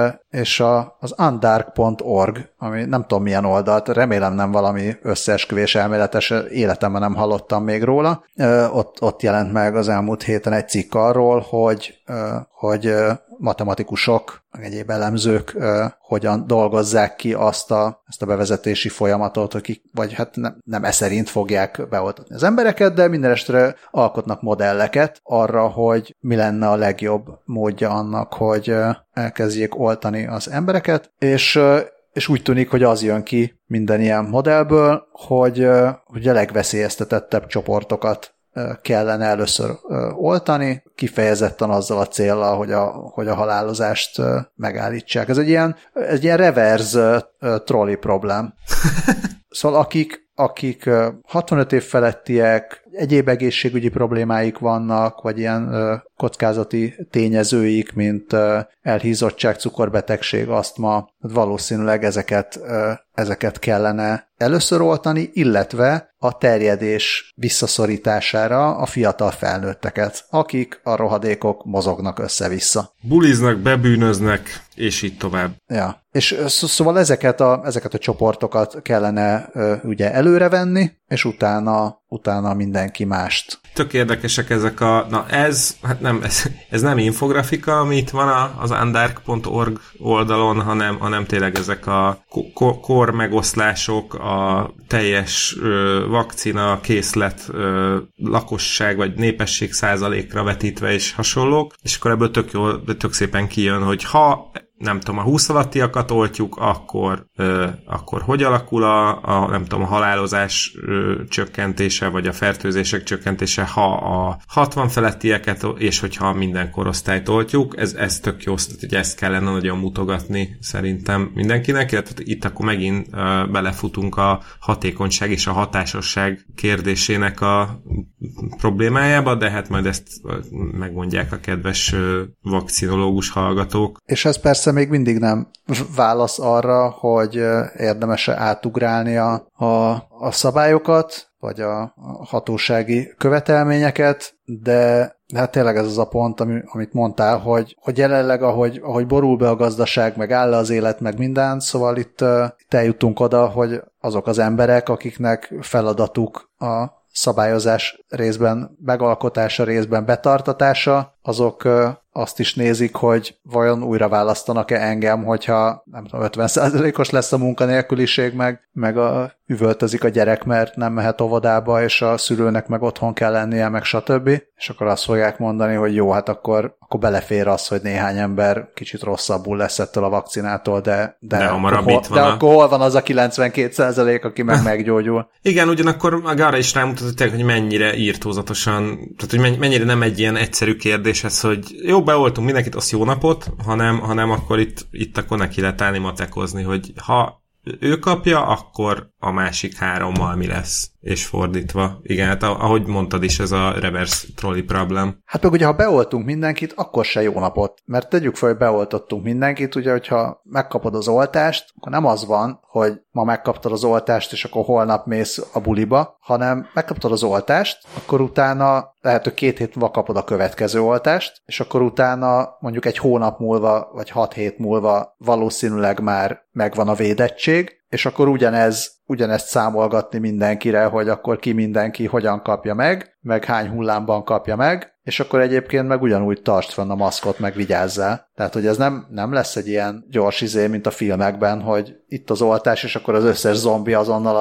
És a, az undark pont org, ami nem tudom milyen oldalt, remélem nem valami összeesküvés elméletes, életemben nem hallottam még róla. Ott, ott jelent meg az elmúlt héten egy cikk arról, hogy, hogy matematikusok, meg egyéb elemzők hogyan dolgozzák ki azt a, azt a bevezetési folyamatot, hogy ki, vagy hát nem, nem e szerint fogják beoltatni az embereket, de minden estre alkotnak modelleket arra, hogy mi lenne a legjobb módja annak, hogy elkezdjék oltani az embereket, és, és úgy tűnik, hogy az jön ki minden ilyen modellből, hogy, hogy a legveszélyeztetettebb csoportokat kellene először oltani, kifejezetten azzal a céllal, hogy a, hogy a halálozást megállítsák. Ez egy ilyen, egy ilyen reverse trolley problém. Szóval akik, akik hatvanöt év felettiek, egyéb egészségügyi problémáik vannak, vagy ilyen kockázati tényezőik, mint elhízottság, cukorbetegség, asztma, valószínűleg ezeket, ezeket kellene először oltani, illetve a terjedés visszaszorítására a fiatal felnőtteket, akik a rohadékok mozognak össze-vissza. Buliznak, bebűnöznek, és így tovább. Ja, és szóval ezeket a, ezeket a csoportokat kellene ugye előrevenni, és utána, utána mindenki mást. Tök érdekesek ezek a, na ez, hát nem, ez, ez nem infografika, ami itt van az undark pont org oldalon, hanem, hanem tényleg ezek a kor megoszlások, a teljes ö, vakcina készlet ö, lakosság vagy népesség százalékra vetítve és hasonlók, és akkor ebből tök, jól, tök szépen kijön, hogy ha nem tudom, a húsz alattiakat oltjuk, akkor, ö, akkor hogy alakul a, a, nem tudom, a halálozás ö, csökkentése, vagy a fertőzések csökkentése, ha a hatvan felettieket, és hogyha minden korosztályt oltjuk, ez, ez tök jó, hogy ezt kellene nagyon mutogatni szerintem mindenkinek, illetve itt akkor megint ö, belefutunk a hatékonyság és a hatásosság kérdésének a problémájába, de hát majd ezt megmondják a kedves ö, vakcinológus hallgatók. És ez persze még mindig nem válasz arra, hogy érdemes-e átugrálni a, a, a szabályokat, vagy a hatósági követelményeket, de hát tényleg ez az a pont, ami, amit mondtál, hogy, hogy jelenleg, ahogy, ahogy borul be a gazdaság, meg áll az élet, meg minden, szóval itt, itt eljutunk oda, hogy azok az emberek, akiknek feladatuk a szabályozás részben megalkotása, részben betartatása, azok azt is nézik, hogy vajon újra választanak-e engem, hogyha nem tudom, ötven százalékos lesz a munkanélküliség, meg, meg a, üvöltözik a gyerek, mert nem mehet óvodába, és a szülőnek meg otthon kell lennie, meg stb. És akkor azt fogják mondani, hogy jó, hát akkor, akkor belefér az, hogy néhány ember kicsit rosszabbul lesz ettől a vakcinától, de, de, de, akkor, hol, de a... akkor hol van az a kilencvenkét százalék, aki meg meggyógyul? Igen, ugyanakkor meg arra is rámutat, hogy mennyire írtózatosan, tehát hogy mennyire nem egy ilyen egyszerű kérdés ez, hogy jó, beoltunk mindenkit, az jó napot, hanem, hanem akkor itt, itt akkor neki lehet állni matekozni, hogy ha ő kapja, akkor a másik hárommal mi lesz, és fordítva. Igen, hát ahogy mondtad is, ez a reverse trolley problem. Hát meg ugye, ha beoltunk mindenkit, akkor se jó napot. Mert tegyük fel, hogy beoltottunk mindenkit, ugye, hogyha megkapod az oltást, akkor nem az van, hogy ma megkaptad az oltást, és akkor holnap mész a buliba, hanem megkaptad az oltást, akkor utána lehet, hogy két hét múlva kapod a következő oltást, és akkor utána mondjuk egy hónap múlva, vagy hat hét múlva valószínűleg már megvan a védettség, és akkor ugyanez, ugyanezt számolgatni mindenkire, hogy akkor ki mindenki hogyan kapja meg, meg hány hullámban kapja meg, és akkor egyébként meg ugyanúgy tartsd fenn a maszkot, meg vigyázzál. Tehát, hogy ez nem, nem lesz egy ilyen gyors izé, mint a filmekben, hogy itt az oltás, és akkor az összes zombi azonnal a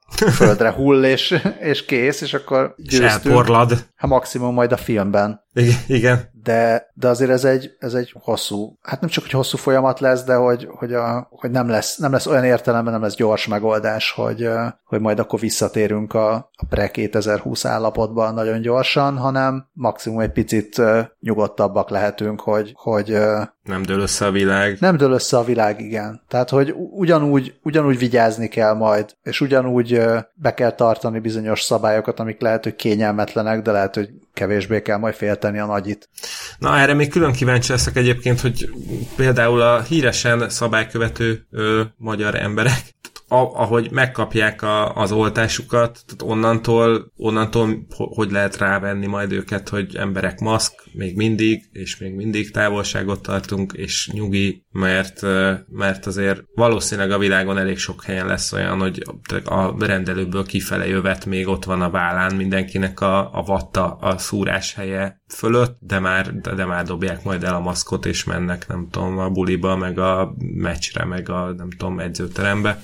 földre hull, és, és kész, és akkor győztünk. És elporlad. Hát maximum majd a filmben. Igen. De, de azért ez egy, ez egy hosszú, hát nem csak, hogy hosszú folyamat lesz, de hogy, hogy, a, hogy nem, lesz, nem lesz olyan értelemben, nem lesz gyors megoldás, hogy, hogy majd akkor visszatérünk a, a pre kétezer-húsz állapotban nagyon gyorsan, hanem maximum egy picit nyugodtabbak lehetünk, hogy, hogy nem dől össze a világ. Nem dől össze a világ, igen. Tehát, hogy ugyanúgy, ugyanúgy vigyázni kell majd, és ugyanúgy be kell tartani bizonyos szabályokat, amik lehet, hogy kényelmetlenek, de lehet, hogy kevésbé kell majd félteni a nagyit. Na, erre még külön kíváncsi leszek egyébként, hogy például a híresen szabálykövető ö, magyar emberek, a, ahogy megkapják a, az oltásukat, tehát onnantól, onnantól hogy lehet rávenni majd őket, hogy emberek maszk, még mindig, és még mindig távolságot tartunk, és nyugi, mert, mert azért valószínűleg a világon elég sok helyen lesz olyan, hogy a rendelőből kifele jövet még ott van a vállán mindenkinek a, a vatta a szúrás helye fölött, de már, de, de már dobják majd el a maszkot, és mennek, nem tudom, a buliba, meg a meccsre, meg a, nem tudom, edzőterembe.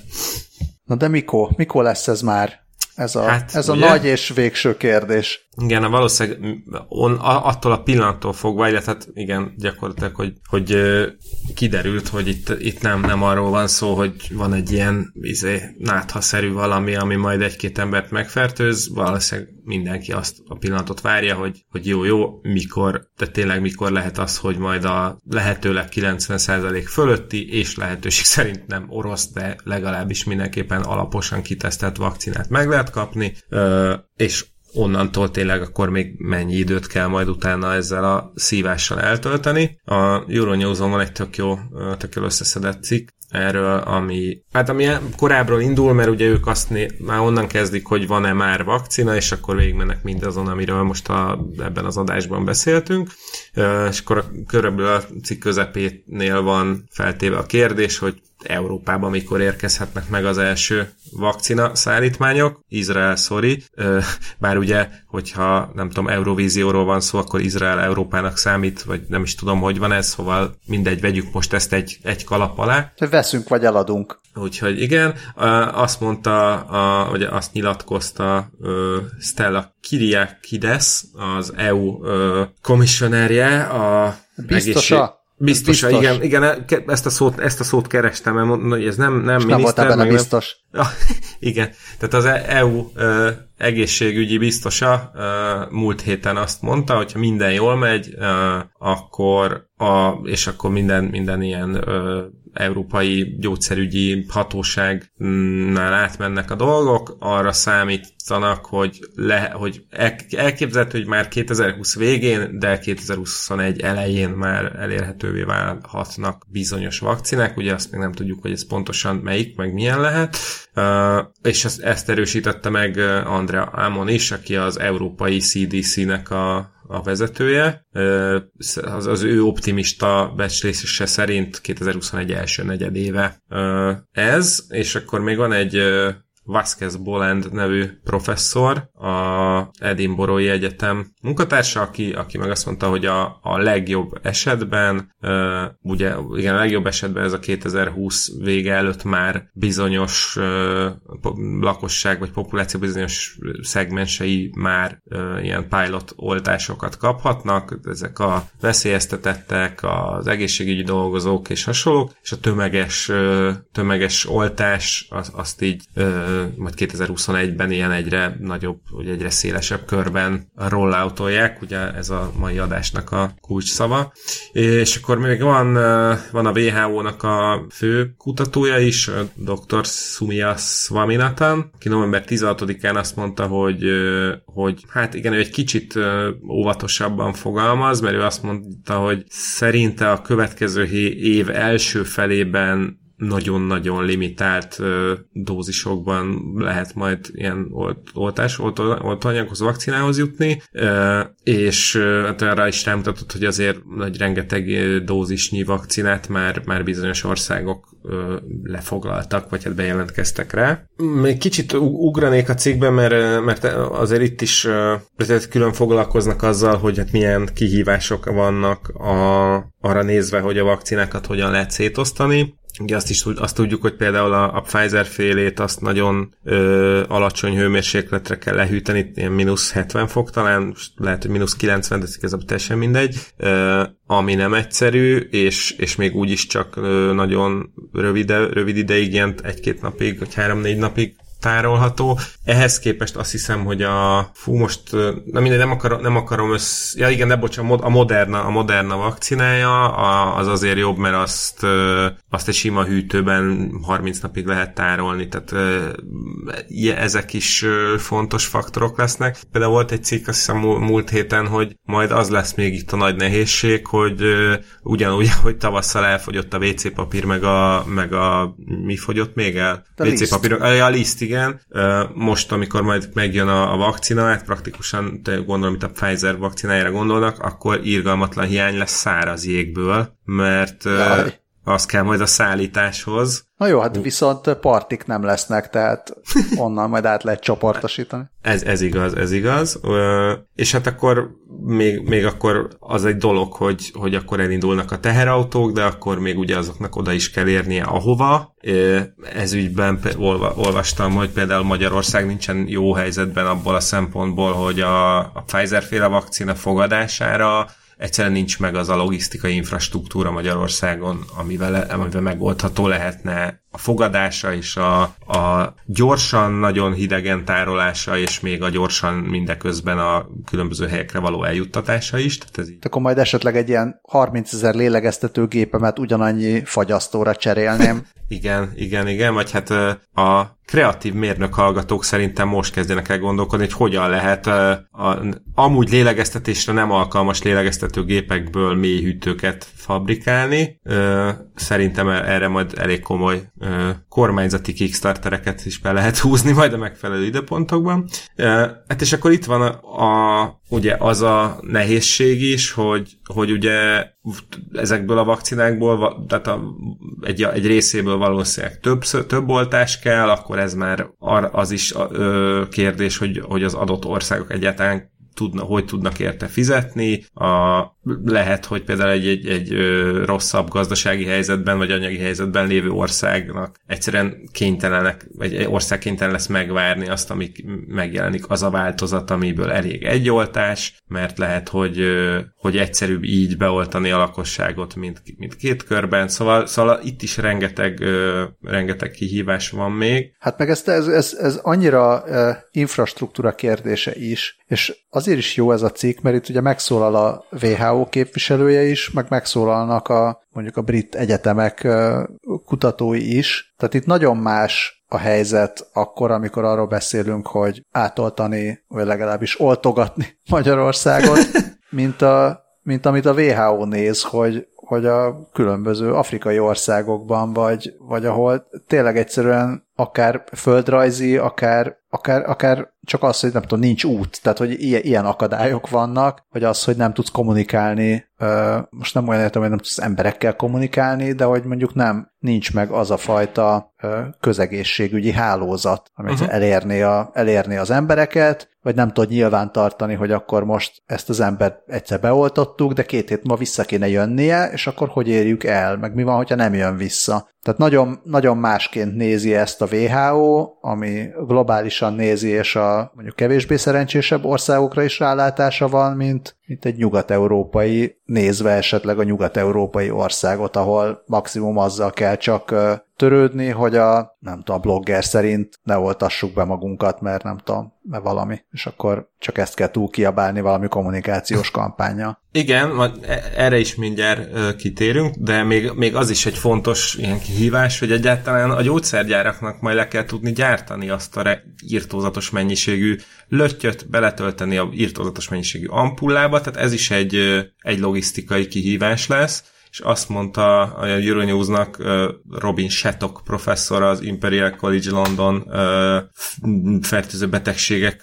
Na de mikor? Mikor lesz ez már? Ez a, hát, ez a nagy és végső kérdés. Igen, valószínűleg on, attól a pillanattól fogva, illetve hát igen, gyakorlatilag, hogy, hogy kiderült, hogy itt, itt nem, nem arról van szó, hogy van egy ilyen izé, náthaszerű valami, ami majd egy-két embert megfertőz, valószínűleg mindenki azt a pillanatot várja, hogy, hogy jó, jó, mikor, de tényleg mikor lehet az, hogy majd a lehetőleg kilencven százalék fölötti, és lehetőség szerint nem orosz, de legalábbis mindenképpen alaposan kitesztelt vakcinát meg lehet kapni, és onnantól tényleg akkor még mennyi időt kell majd utána ezzel a szívással eltölteni. A Euronews-on van egy tök jó, tök jó összeszedett cikk erről, ami, hát ami korábbról indul, mert ugye ők azt né- már onnan kezdik, hogy van-e már vakcina, és akkor végigmennek mindazon, amiről most a, ebben az adásban beszéltünk, és akkor a, körülbelül a cikk közepénél van feltéve a kérdés, hogy Európában mikor érkezhetnek meg az első vakcina szállítmányok. Izrael, sorry. Bár ugye, hogyha nem tudom, Eurovízióról van szó, akkor Izrael Európának számít, vagy nem is tudom, hogy van ez, szóval mindegy, vegyük most ezt egy, egy kalap alá. Veszünk vagy eladunk. Úgyhogy igen, azt mondta, a, vagy azt nyilatkozta Stella Kyriakides, az é u komissionerje, a biztosa. Biztosa, biztos. igen, igen, ezt a szót, ezt a szót kerestem, mert mondom, hogy ez nem, nem miniszter. Nem voltál benne biztos. Nem... Igen, tehát az é u uh, egészségügyi biztosa uh, múlt héten azt mondta, hogyha minden jól megy, uh, akkor a, és akkor minden, minden ilyen uh, európai gyógyszerügyi hatóságnál átmennek a dolgok, arra számítanak, hogy, le, hogy elképzelhető, hogy már kétezer-húsz végén, de kétezer-huszonegy elején már elérhetővé válhatnak bizonyos vakcinák, ugye azt még nem tudjuk, hogy ez pontosan melyik, meg milyen lehet, uh, és ezt, ezt erősítette meg Andrea Amon is, aki az európai cé dé cé-nek a a vezetője. Az, az ő optimista becslése szerint kétezer-huszonegy első negyedéve ez, és akkor még van egy Vázquez Boland nevű professzor, a Edinburghi Egyetem munkatársa, aki, aki meg azt mondta, hogy a, a legjobb esetben, uh, ugye igen, a legjobb esetben ez a kétezer-húsz vége előtt már bizonyos uh, lakosság vagy populáció bizonyos szegmensei már uh, ilyen pilot oltásokat kaphatnak, ezek a veszélyeztetettek, az egészségügyi dolgozók és hasonlók, és a tömeges, uh, tömeges oltás az, azt így uh, majd kétezer-huszonegyben ilyen egyre nagyobb, vagy egyre szélesebb körben rolloutolják, ugye ez a mai adásnak a kulcs szava. És akkor még van, van a dupla vé há ó-nak a fő kutatója is, dr. Soumya Swaminathan, aki november tizenhatodikán azt mondta, hogy, hogy hát igen, ő egy kicsit óvatosabban fogalmaz, mert ő azt mondta, hogy szerinte a következő év első felében nagyon-nagyon limitált ö, dózisokban lehet majd ilyen olt, oltás, olt, oltóanyaghoz, vakcinához jutni, ö, és ö, hát arra is rámutatott, hogy azért nagy rengeteg ö, dózisnyi vakcinát már, már bizonyos országok ö, lefoglaltak, vagy hát bejelentkeztek rá. Még kicsit ugranék a cikkben, mert, mert azért itt is ö, külön foglalkoznak azzal, hogy hát milyen kihívások vannak a, arra nézve, hogy a vakcinákat hogyan lehet szétosztani. Ugye azt is azt tudjuk, hogy például a, a Pfizer félét azt nagyon ö, alacsony hőmérsékletre kell lehűteni, ilyen mínusz hetven fok talán, lehet, hogy mínusz kilencven, de ez teljesen mindegy, ö, ami nem egyszerű, és, és még úgyis csak ö, nagyon rövid, rövid ideig, ilyen egy-két napig, vagy három-négy napig tárolható. Ehhez képest azt hiszem, hogy a fú, most nem mindegy, nem, akar, nem akarom össz... Ja igen, de bocsánat, a Moderna, a Moderna vakcinája az azért jobb, mert azt, azt egy sima hűtőben harminc napig lehet tárolni, tehát ezek is fontos faktorok lesznek. Például volt egy cikk, azt hiszem múlt héten, hogy majd az lesz még itt a nagy nehézség, hogy ugyanúgy, hogy tavasszal elfogyott a vé cé papír, meg a, meg a mi fogyott még el? A vé cé papír, a liszt, igen. Most, amikor majd megjön a, a vakcina, hát praktikusan gondolom, itt a Pfizer vakcinájára gondolnak, akkor irgalmatlan hiány lesz száraz jégből, mert Jaj. az kell majd a szállításhoz. Na jó, hát viszont partik nem lesznek, tehát onnan majd át lehet csoportosítani. Ez, ez igaz, ez igaz. És hát akkor még, még akkor az egy dolog, hogy, hogy akkor elindulnak a teherautók, de akkor még ugye azoknak oda is kell érnie ahova. Ez ügyben olvastam, hogy például Magyarország nincsen jó helyzetben abból a szempontból, hogy a, a Pfizer-féle vakcina fogadására egyszerűen nincs meg az a logisztikai infrastruktúra Magyarországon, amivel, amivel megoldható lehetne a fogadása és a, a gyorsan, nagyon hidegen tárolása, és még a gyorsan mindeközben a különböző helyekre való eljuttatása is. Tehát ez így... Akkor majd esetleg egy ilyen harmincezer lélegeztető gépemet ugyanannyi fagyasztóra cserélném. Igen, igen, igen, vagy hát a kreatív mérnök hallgatók szerintem most kezdenek el gondolkodni, hogy hogyan lehet a, a, amúgy lélegeztetésre nem alkalmas lélegeztető gépekből mély hűtőket fabrikálni. Szerintem erre majd elég komoly kormányzati kickstartereket is be lehet húzni majd a megfelelő időpontokban. Hát és akkor itt van a, a ugye az a nehézség is, hogy, hogy ugye ezekből a vakcinákból, tehát a, egy, egy részéből valószínűleg több, több oltás kell, akkor ez már az is ö, kérdés, hogy, hogy az adott országok egyáltalán tudna, hogy tudnak érte fizetni. A, lehet, hogy például egy, egy, egy ö, rosszabb gazdasági helyzetben, vagy anyagi helyzetben lévő országnak egyszerűen kénytelenek, vagy egy ország kénytelen lesz megvárni azt, amik megjelenik az a változat, amiből elég egy oltás, mert lehet, hogy, ö, hogy egyszerűbb így beoltani a lakosságot, mint, mint két körben. Szóval, szóval itt is rengeteg, ö, rengeteg kihívás van még. Hát meg ez, ez, ez, ez annyira uh, infrastruktúra kérdése is, és azért is jó ez a cikk, mert itt ugye megszólal a dupla vé há ó képviselője is, meg megszólalnak a mondjuk a brit egyetemek kutatói is. Tehát itt nagyon más a helyzet akkor, amikor arról beszélünk, hogy átoltani, vagy legalábbis oltogatni Magyarországot, mint, a, mint amit a dupla vé há ó néz, hogy, hogy a különböző afrikai országokban, vagy, vagy ahol tényleg egyszerűen akár földrajzi, akár, akár, akár csak az, hogy nem tudom, nincs út, tehát hogy ilyen, ilyen akadályok vannak, vagy az, hogy nem tudsz kommunikálni, most nem olyan értem, hogy nem tudsz emberekkel kommunikálni, de hogy mondjuk nem, nincs meg az a fajta közegészségügyi hálózat, amit uh-huh. elérni, a, elérni az embereket, vagy nem tudod nyilván tartani, hogy akkor most ezt az embert egyszer beoltottuk, de két hét ma vissza kéne jönnie, és akkor hogy érjük el, meg mi van, hogyha nem jön vissza. Tehát nagyon, nagyon másként nézi ezt a dupla vé há ó, ami globálisan nézi, és a mondjuk kevésbé szerencsésebb országokra is rálátása van, mint, mint egy nyugat-európai, nézve esetleg a nyugat-európai országot, ahol maximum azzal kell csak törődni, hogy a, nem tudom, a blogger szerint ne oltassuk be magunkat, mert nem tudom, mert valami. És akkor csak ezt kell túl kiabálni valami kommunikációs kampánnyal. Igen, erre is mindjárt kitérünk, de még, még az is egy fontos ilyen kihívás, hogy egyáltalán a gyógyszergyáraknak majd le kell tudni gyártani azt a irtózatos mennyiségű löttyöt, beletölteni a irtózatos mennyiségű ampullába, tehát ez is egy, egy logisztikai kihívás lesz, és azt mondta a Euronews-nak Robin Shattock professzor, az Imperial College London fertőző betegségek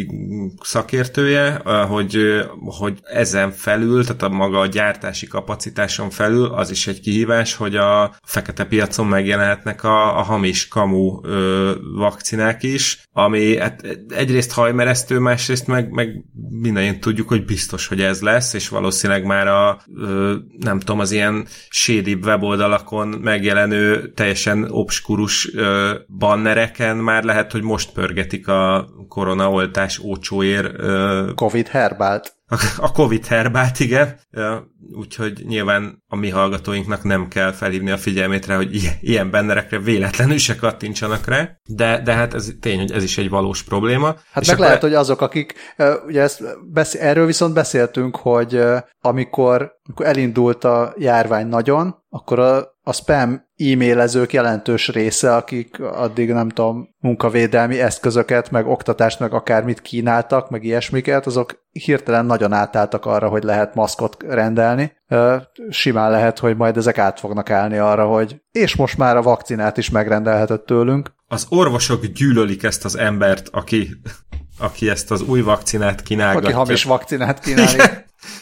szakértője, hogy, hogy ezen felül, tehát a maga a gyártási kapacitáson felül az is egy kihívás, hogy a fekete piacon megjelenhetnek a, a hamis kamu vakcinák is, ami hát egyrészt hajmeresztő, másrészt meg, meg mindannyian tudjuk, hogy biztos, hogy ez lesz, és valószínűleg már a nem tudom, az ilyen ilyen shady weboldalakon megjelenő teljesen obskurus ö, bannereken már lehet, hogy most pörgetik a koronaoltás ócsóér. Ö, Covid herbált. A Covid herbát, igen. Úgyhogy nyilván a mi hallgatóinknak nem kell felhívni a figyelmét rá, hogy ilyen bannerekre véletlenül se kattintsanak rá, de, de hát ez tény, hogy ez is egy valós probléma. Hát és meg akkor... lehet, hogy azok, akik, ugye ezt beszél, erről viszont beszéltünk, hogy amikor, amikor elindult a járvány nagyon, akkor a, a spam e-mailezők jelentős része, akik addig nem tudom, munkavédelmi eszközöket, meg oktatást, meg akármit kínáltak, meg ilyesmiket, azok hirtelen nagyon átálltak arra, hogy lehet maszkot rendelni. Simán lehet, hogy majd ezek át fognak állni arra, hogy és most már a vakcinát is megrendelhetett tőlünk. Az orvosok gyűlölik ezt az embert, aki, aki ezt az új vakcinát kínálgatja. Aki hamis vakcinát kínál.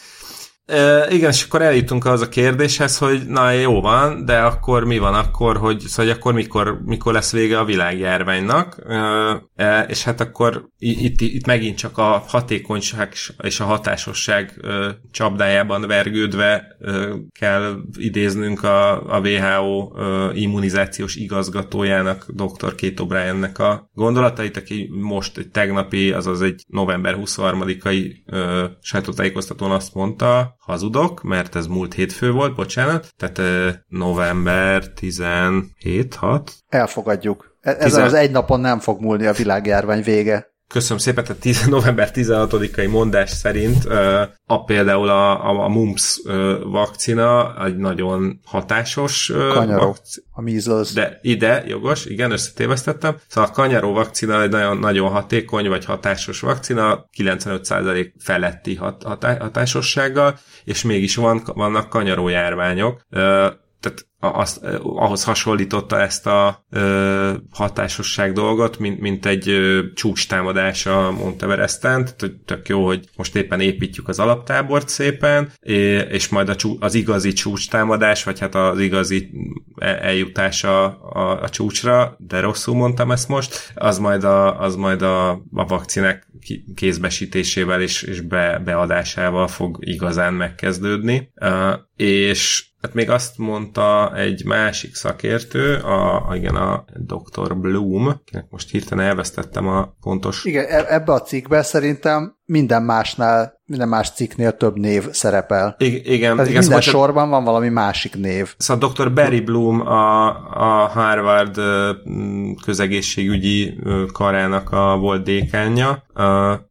E, igen, és akkor eljutunk az a kérdéshez, hogy na jó van, de akkor mi van akkor, hogy, szóval akkor mikor, mikor lesz vége a világjárványnak, e, és hát akkor itt, itt megint csak a hatékonyság és a hatásosság e, csapdájában vergődve e, kell idéznünk a, a dupla vé há ó e, immunizációs igazgatójának, doktor Kate O'Briennek a gondolatait, aki most egy tegnapi, azaz egy november huszonharmadikai e, sajtótájékoztatón azt mondta, hazudok, mert ez múlt hétfő volt, bocsánat, tehát uh, november tizenhét hat Elfogadjuk. E- ezen Tizen... az egy napon nem fog múlni a világjárvány vége. Köszönöm szépen, tehát tíz, november tizenhatodikai mondás szerint uh, a például a, a, a mumps uh, vakcina egy nagyon hatásos uh, Kanyaró, vakc... a measles. De ide, jogos, igen, összetévesztettem. Szóval a kanyaró vakcina egy nagyon, nagyon hatékony vagy hatásos vakcina, kilencvenöt százalék feletti hat, hatá, hatásossággal, és mégis van, vannak kanyaró járványok. Uh, tehát azt, ahhoz hasonlította ezt a ö, hatásosság dolgot, mint, mint egy ö, csúcstámadás a Mount Everesten, tehát tök jó, hogy most éppen építjük az alaptábort szépen, és majd a csú, az igazi csúcstámadás, vagy hát az igazi eljutása a, a csúcsra, de rosszul mondtam ezt most, az majd a, az majd a, a vakcinák kézbesítésével és, és be, beadásával fog igazán megkezdődni. Uh, és hát még azt mondta egy másik szakértő, a, a, igen, a doktor Bloom, akinek most hirtelen elvesztettem a pontos... Igen, ebbe a cikkben szerintem minden másnál, minden más cikknél több név szerepel. I- igen. Tehát igen minden szóval sorban van valami másik név. Szóval doktor Barry Bloom, a, a Harvard közegészségügyi karának a volt dékánja, a,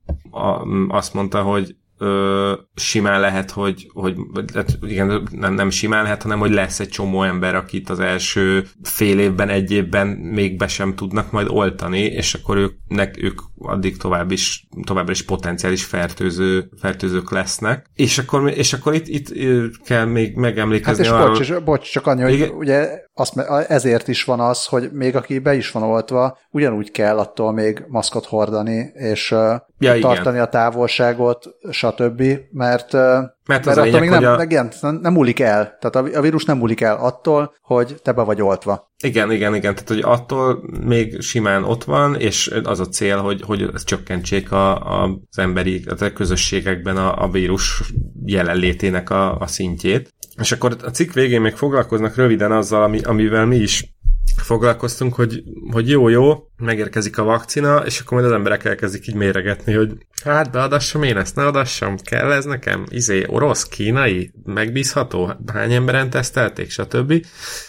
a, azt mondta, hogy Ö, simán lehet, hogy, hogy igen, nem, nem simán lehet, hanem hogy lesz egy csomó ember, akit az első fél évben, egy évben még be sem tudnak majd oltani, és akkor őknek, ők addig tovább is, továbbra is potenciális fertőző, fertőzők lesznek. És akkor, és akkor itt, itt kell még megemlékezni hát és arról... bocs, és, bocs, csak annyi, hogy ugye azt, ezért is van az, hogy még aki be is van oltva, ugyanúgy kell attól még maszkot hordani, és ja, tartani igen. a távolságot, stb. Mert, mert, mert attól lényeg, még nem, a... igen, nem múlik el. Tehát a vírus nem múlik el attól, hogy te be vagy oltva. Igen, igen, igen. Tehát, hogy attól még simán ott van, és az a cél, hogy, hogy ezt csökkentsék a, a, az emberi a közösségekben a, a vírus jelenlétének a, a szintjét. És akkor a cikk végén még foglalkoznak röviden azzal, ami, amivel mi is foglalkoztunk, hogy, hogy jó-jó, megérkezik a vakcina, és akkor majd az emberek elkezdik így méregetni, hogy hát beadassam én ezt, ne adassam, kell ez nekem? Izé, orosz, kínai, megbízható, hány emberen tesztelték, stb.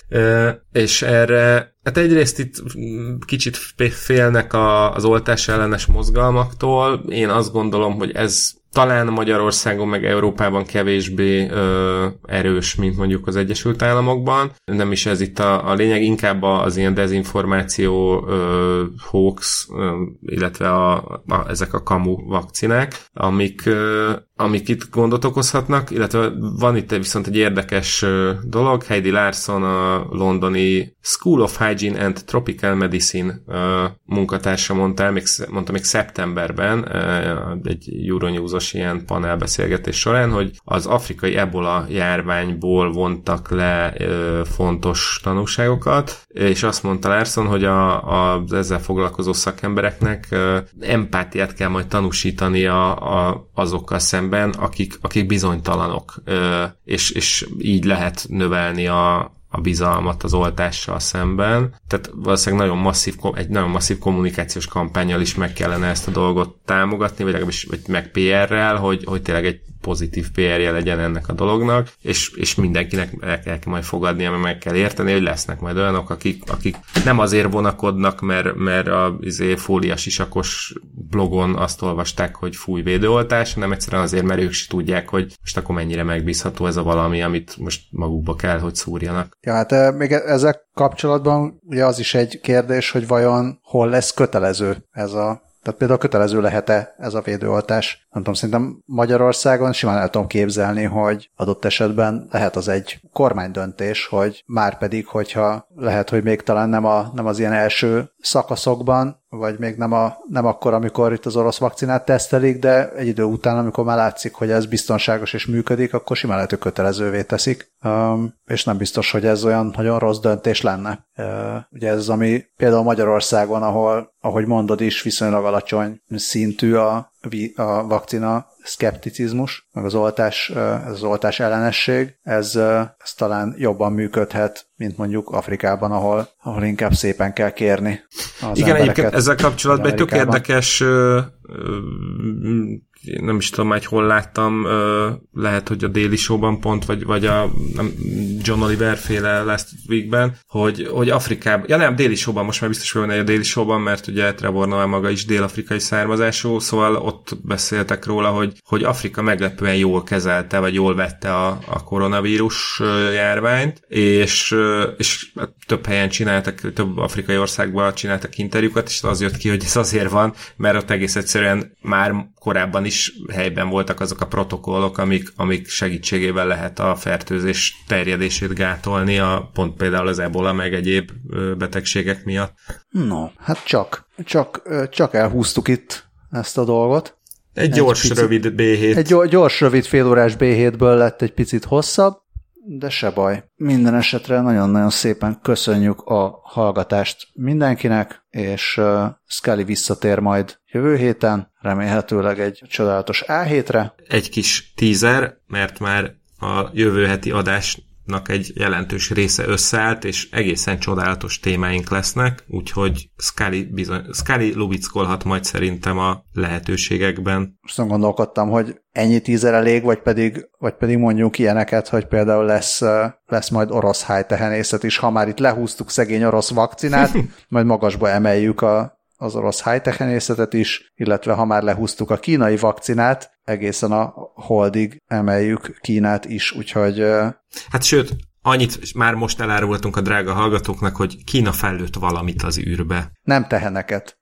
E, és erre, hát egyrészt itt kicsit félnek a, az oltás ellenes mozgalmaktól, én azt gondolom, hogy ez talán Magyarországon meg Európában kevésbé ö, erős, mint mondjuk az Egyesült Államokban. Nem is ez itt a, a lényeg, inkább az ilyen dezinformáció, ö, hoax, ö, illetve a, a, ezek a kamu vakcinák, amik, ö, amik itt gondot okozhatnak, illetve van itt viszont egy érdekes ö, dolog. Heidi Larson, a londoni School of Hygiene and Tropical Medicine ö, munkatársa mondta, még, mondta még szeptemberben ö, egy Euronews ilyen panelbeszélgetés során, hogy az afrikai ebola járványból vontak le ö, fontos tanulságokat, és azt mondta Larson, hogy a, a, ez ezzel foglalkozó szakembereknek empátiát kell majd tanúsítani a, a, azokkal szemben, akik, akik bizonytalanok, és, és így lehet növelni a a bizalmat az oltással szemben. Tehát valószínűleg nagyon masszív, egy nagyon masszív kommunikációs kampánnyal is meg kellene ezt a dolgot támogatni, vagy legalábbis vagy meg pé errel, hogy, hogy tényleg egy pozitív pé erje legyen ennek a dolognak, és, és mindenkinek el kell majd fogadnia, mert meg kell érteni, hogy lesznek majd olyanok, akik, akik nem azért vonakodnak, mert, mert a izé, fóliasisakos blogon azt olvasták, hogy fúj védőoltás, hanem egyszerűen azért, mert ők se tudják, hogy most akkor mennyire megbízható ez a valami, amit most magukba kell, hogy szúrjanak. Ja, hát még ezek kapcsolatban ugye az is egy kérdés, hogy vajon hol lesz kötelező ez a Tehát például kötelező lehet-e ez a védőoltás? Nem tudom, szerintem Magyarországon simán el tudom képzelni, hogy adott esetben lehet az egy kormánydöntés, hogy már pedig, hogyha lehet, hogy még talán nem, a, nem az ilyen első szakaszokban, vagy még nem, a, nem akkor, amikor itt az orosz vakcinát tesztelik, de egy idő után, amikor már látszik, hogy ez biztonságos és működik, akkor simán lehet, hogy kötelezővé teszik. Um, és nem biztos, hogy ez olyan nagyon rossz döntés lenne. Uh, ugye ez az, ami például Magyarországon, ahol, ahogy mondod is, viszonylag alacsony szintű a, a vakcina szkepticizmus, meg az oltás, ez az oltás ellenesség, ez, ez talán jobban működhet, mint mondjuk Afrikában, ahol, ahol inkább szépen kell kérni az Igen, embereket. egyébként ezzel kapcsolatban egy tök érdekes, nem is tudom, hogy hol láttam, lehet, hogy a Daily Show-ban pont, vagy, vagy a nem, John Oliver féle Last Weekben, hogy, hogy Afrikában, ja nem, Daily Show-ban, most már biztos vagyok, hogy a Daily Show-ban, mert ugye Trevor Noah maga is dél-afrikai származású, szóval ott beszéltek róla, hogy, hogy Afrika meglepően jól kezelte, vagy jól vette a, a koronavírus járványt, és, és több helyen csináltak, több afrikai országban csináltak interjúkat, és az jött ki, hogy ez azért van, mert ott egész egyszerűen már korábban is helyben voltak azok a protokollok, amik, amik segítségével lehet a fertőzés terjedését gátolni, a, pont például az ebola meg egyéb betegségek miatt. No, hát csak, csak, csak elhúztuk itt ezt a dolgot. Egy gyors, egy picit, rövid bé hét. Egy gyors, rövid félórás bé hétből lett egy picit hosszabb, de se baj. Minden esetre nagyon-nagyon szépen köszönjük a hallgatást mindenkinek, és uh, Scully visszatér majd jövő héten, remélhetőleg egy csodálatos á hétre. Egy kis teaser, mert már a jövő heti adásnak egy jelentős része összeállt, és egészen csodálatos témáink lesznek, úgyhogy Scully, bizony, Scully lubickolhat majd szerintem a lehetőségekben. Most gondolkodtam, hogy ennyi teaser elég, vagy pedig, vagy pedig mondjuk ilyeneket, hogy például lesz, lesz majd orosz hájtehenészet is, ha már itt lehúztuk szegény orosz vakcinát, majd magasba emeljük a, az orosz hájtechenészetet is, illetve ha már lehúztuk a kínai vakcinát, egészen a holdig emeljük Kínát is, úgyhogy... Hát sőt, annyit már most elárultunk a drága hallgatóknak, hogy Kína fellőtt valamit az űrbe. Nem teheneket.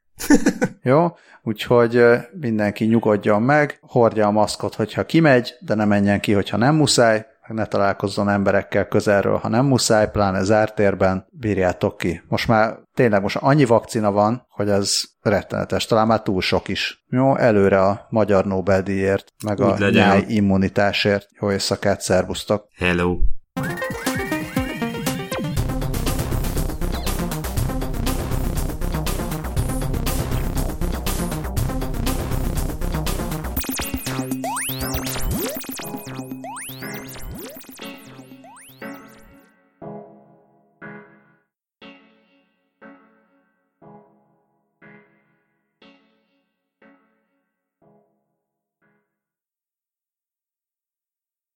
Jó? Úgyhogy mindenki nyugodjon meg, hordja a maszkot, hogyha kimegy, de ne menjen ki, hogyha nem muszáj, meg ne találkozzon emberekkel közelről, ha nem muszáj, pláne zárt térben, bírjátok ki. Most már tényleg most annyi vakcina van, hogy ez rettenetes, talán már túl sok is. Jó, előre a magyar Nobel-díjért, meg úgy a nyáj immunitásért. Jó éjszakát, szervusztok! Hello!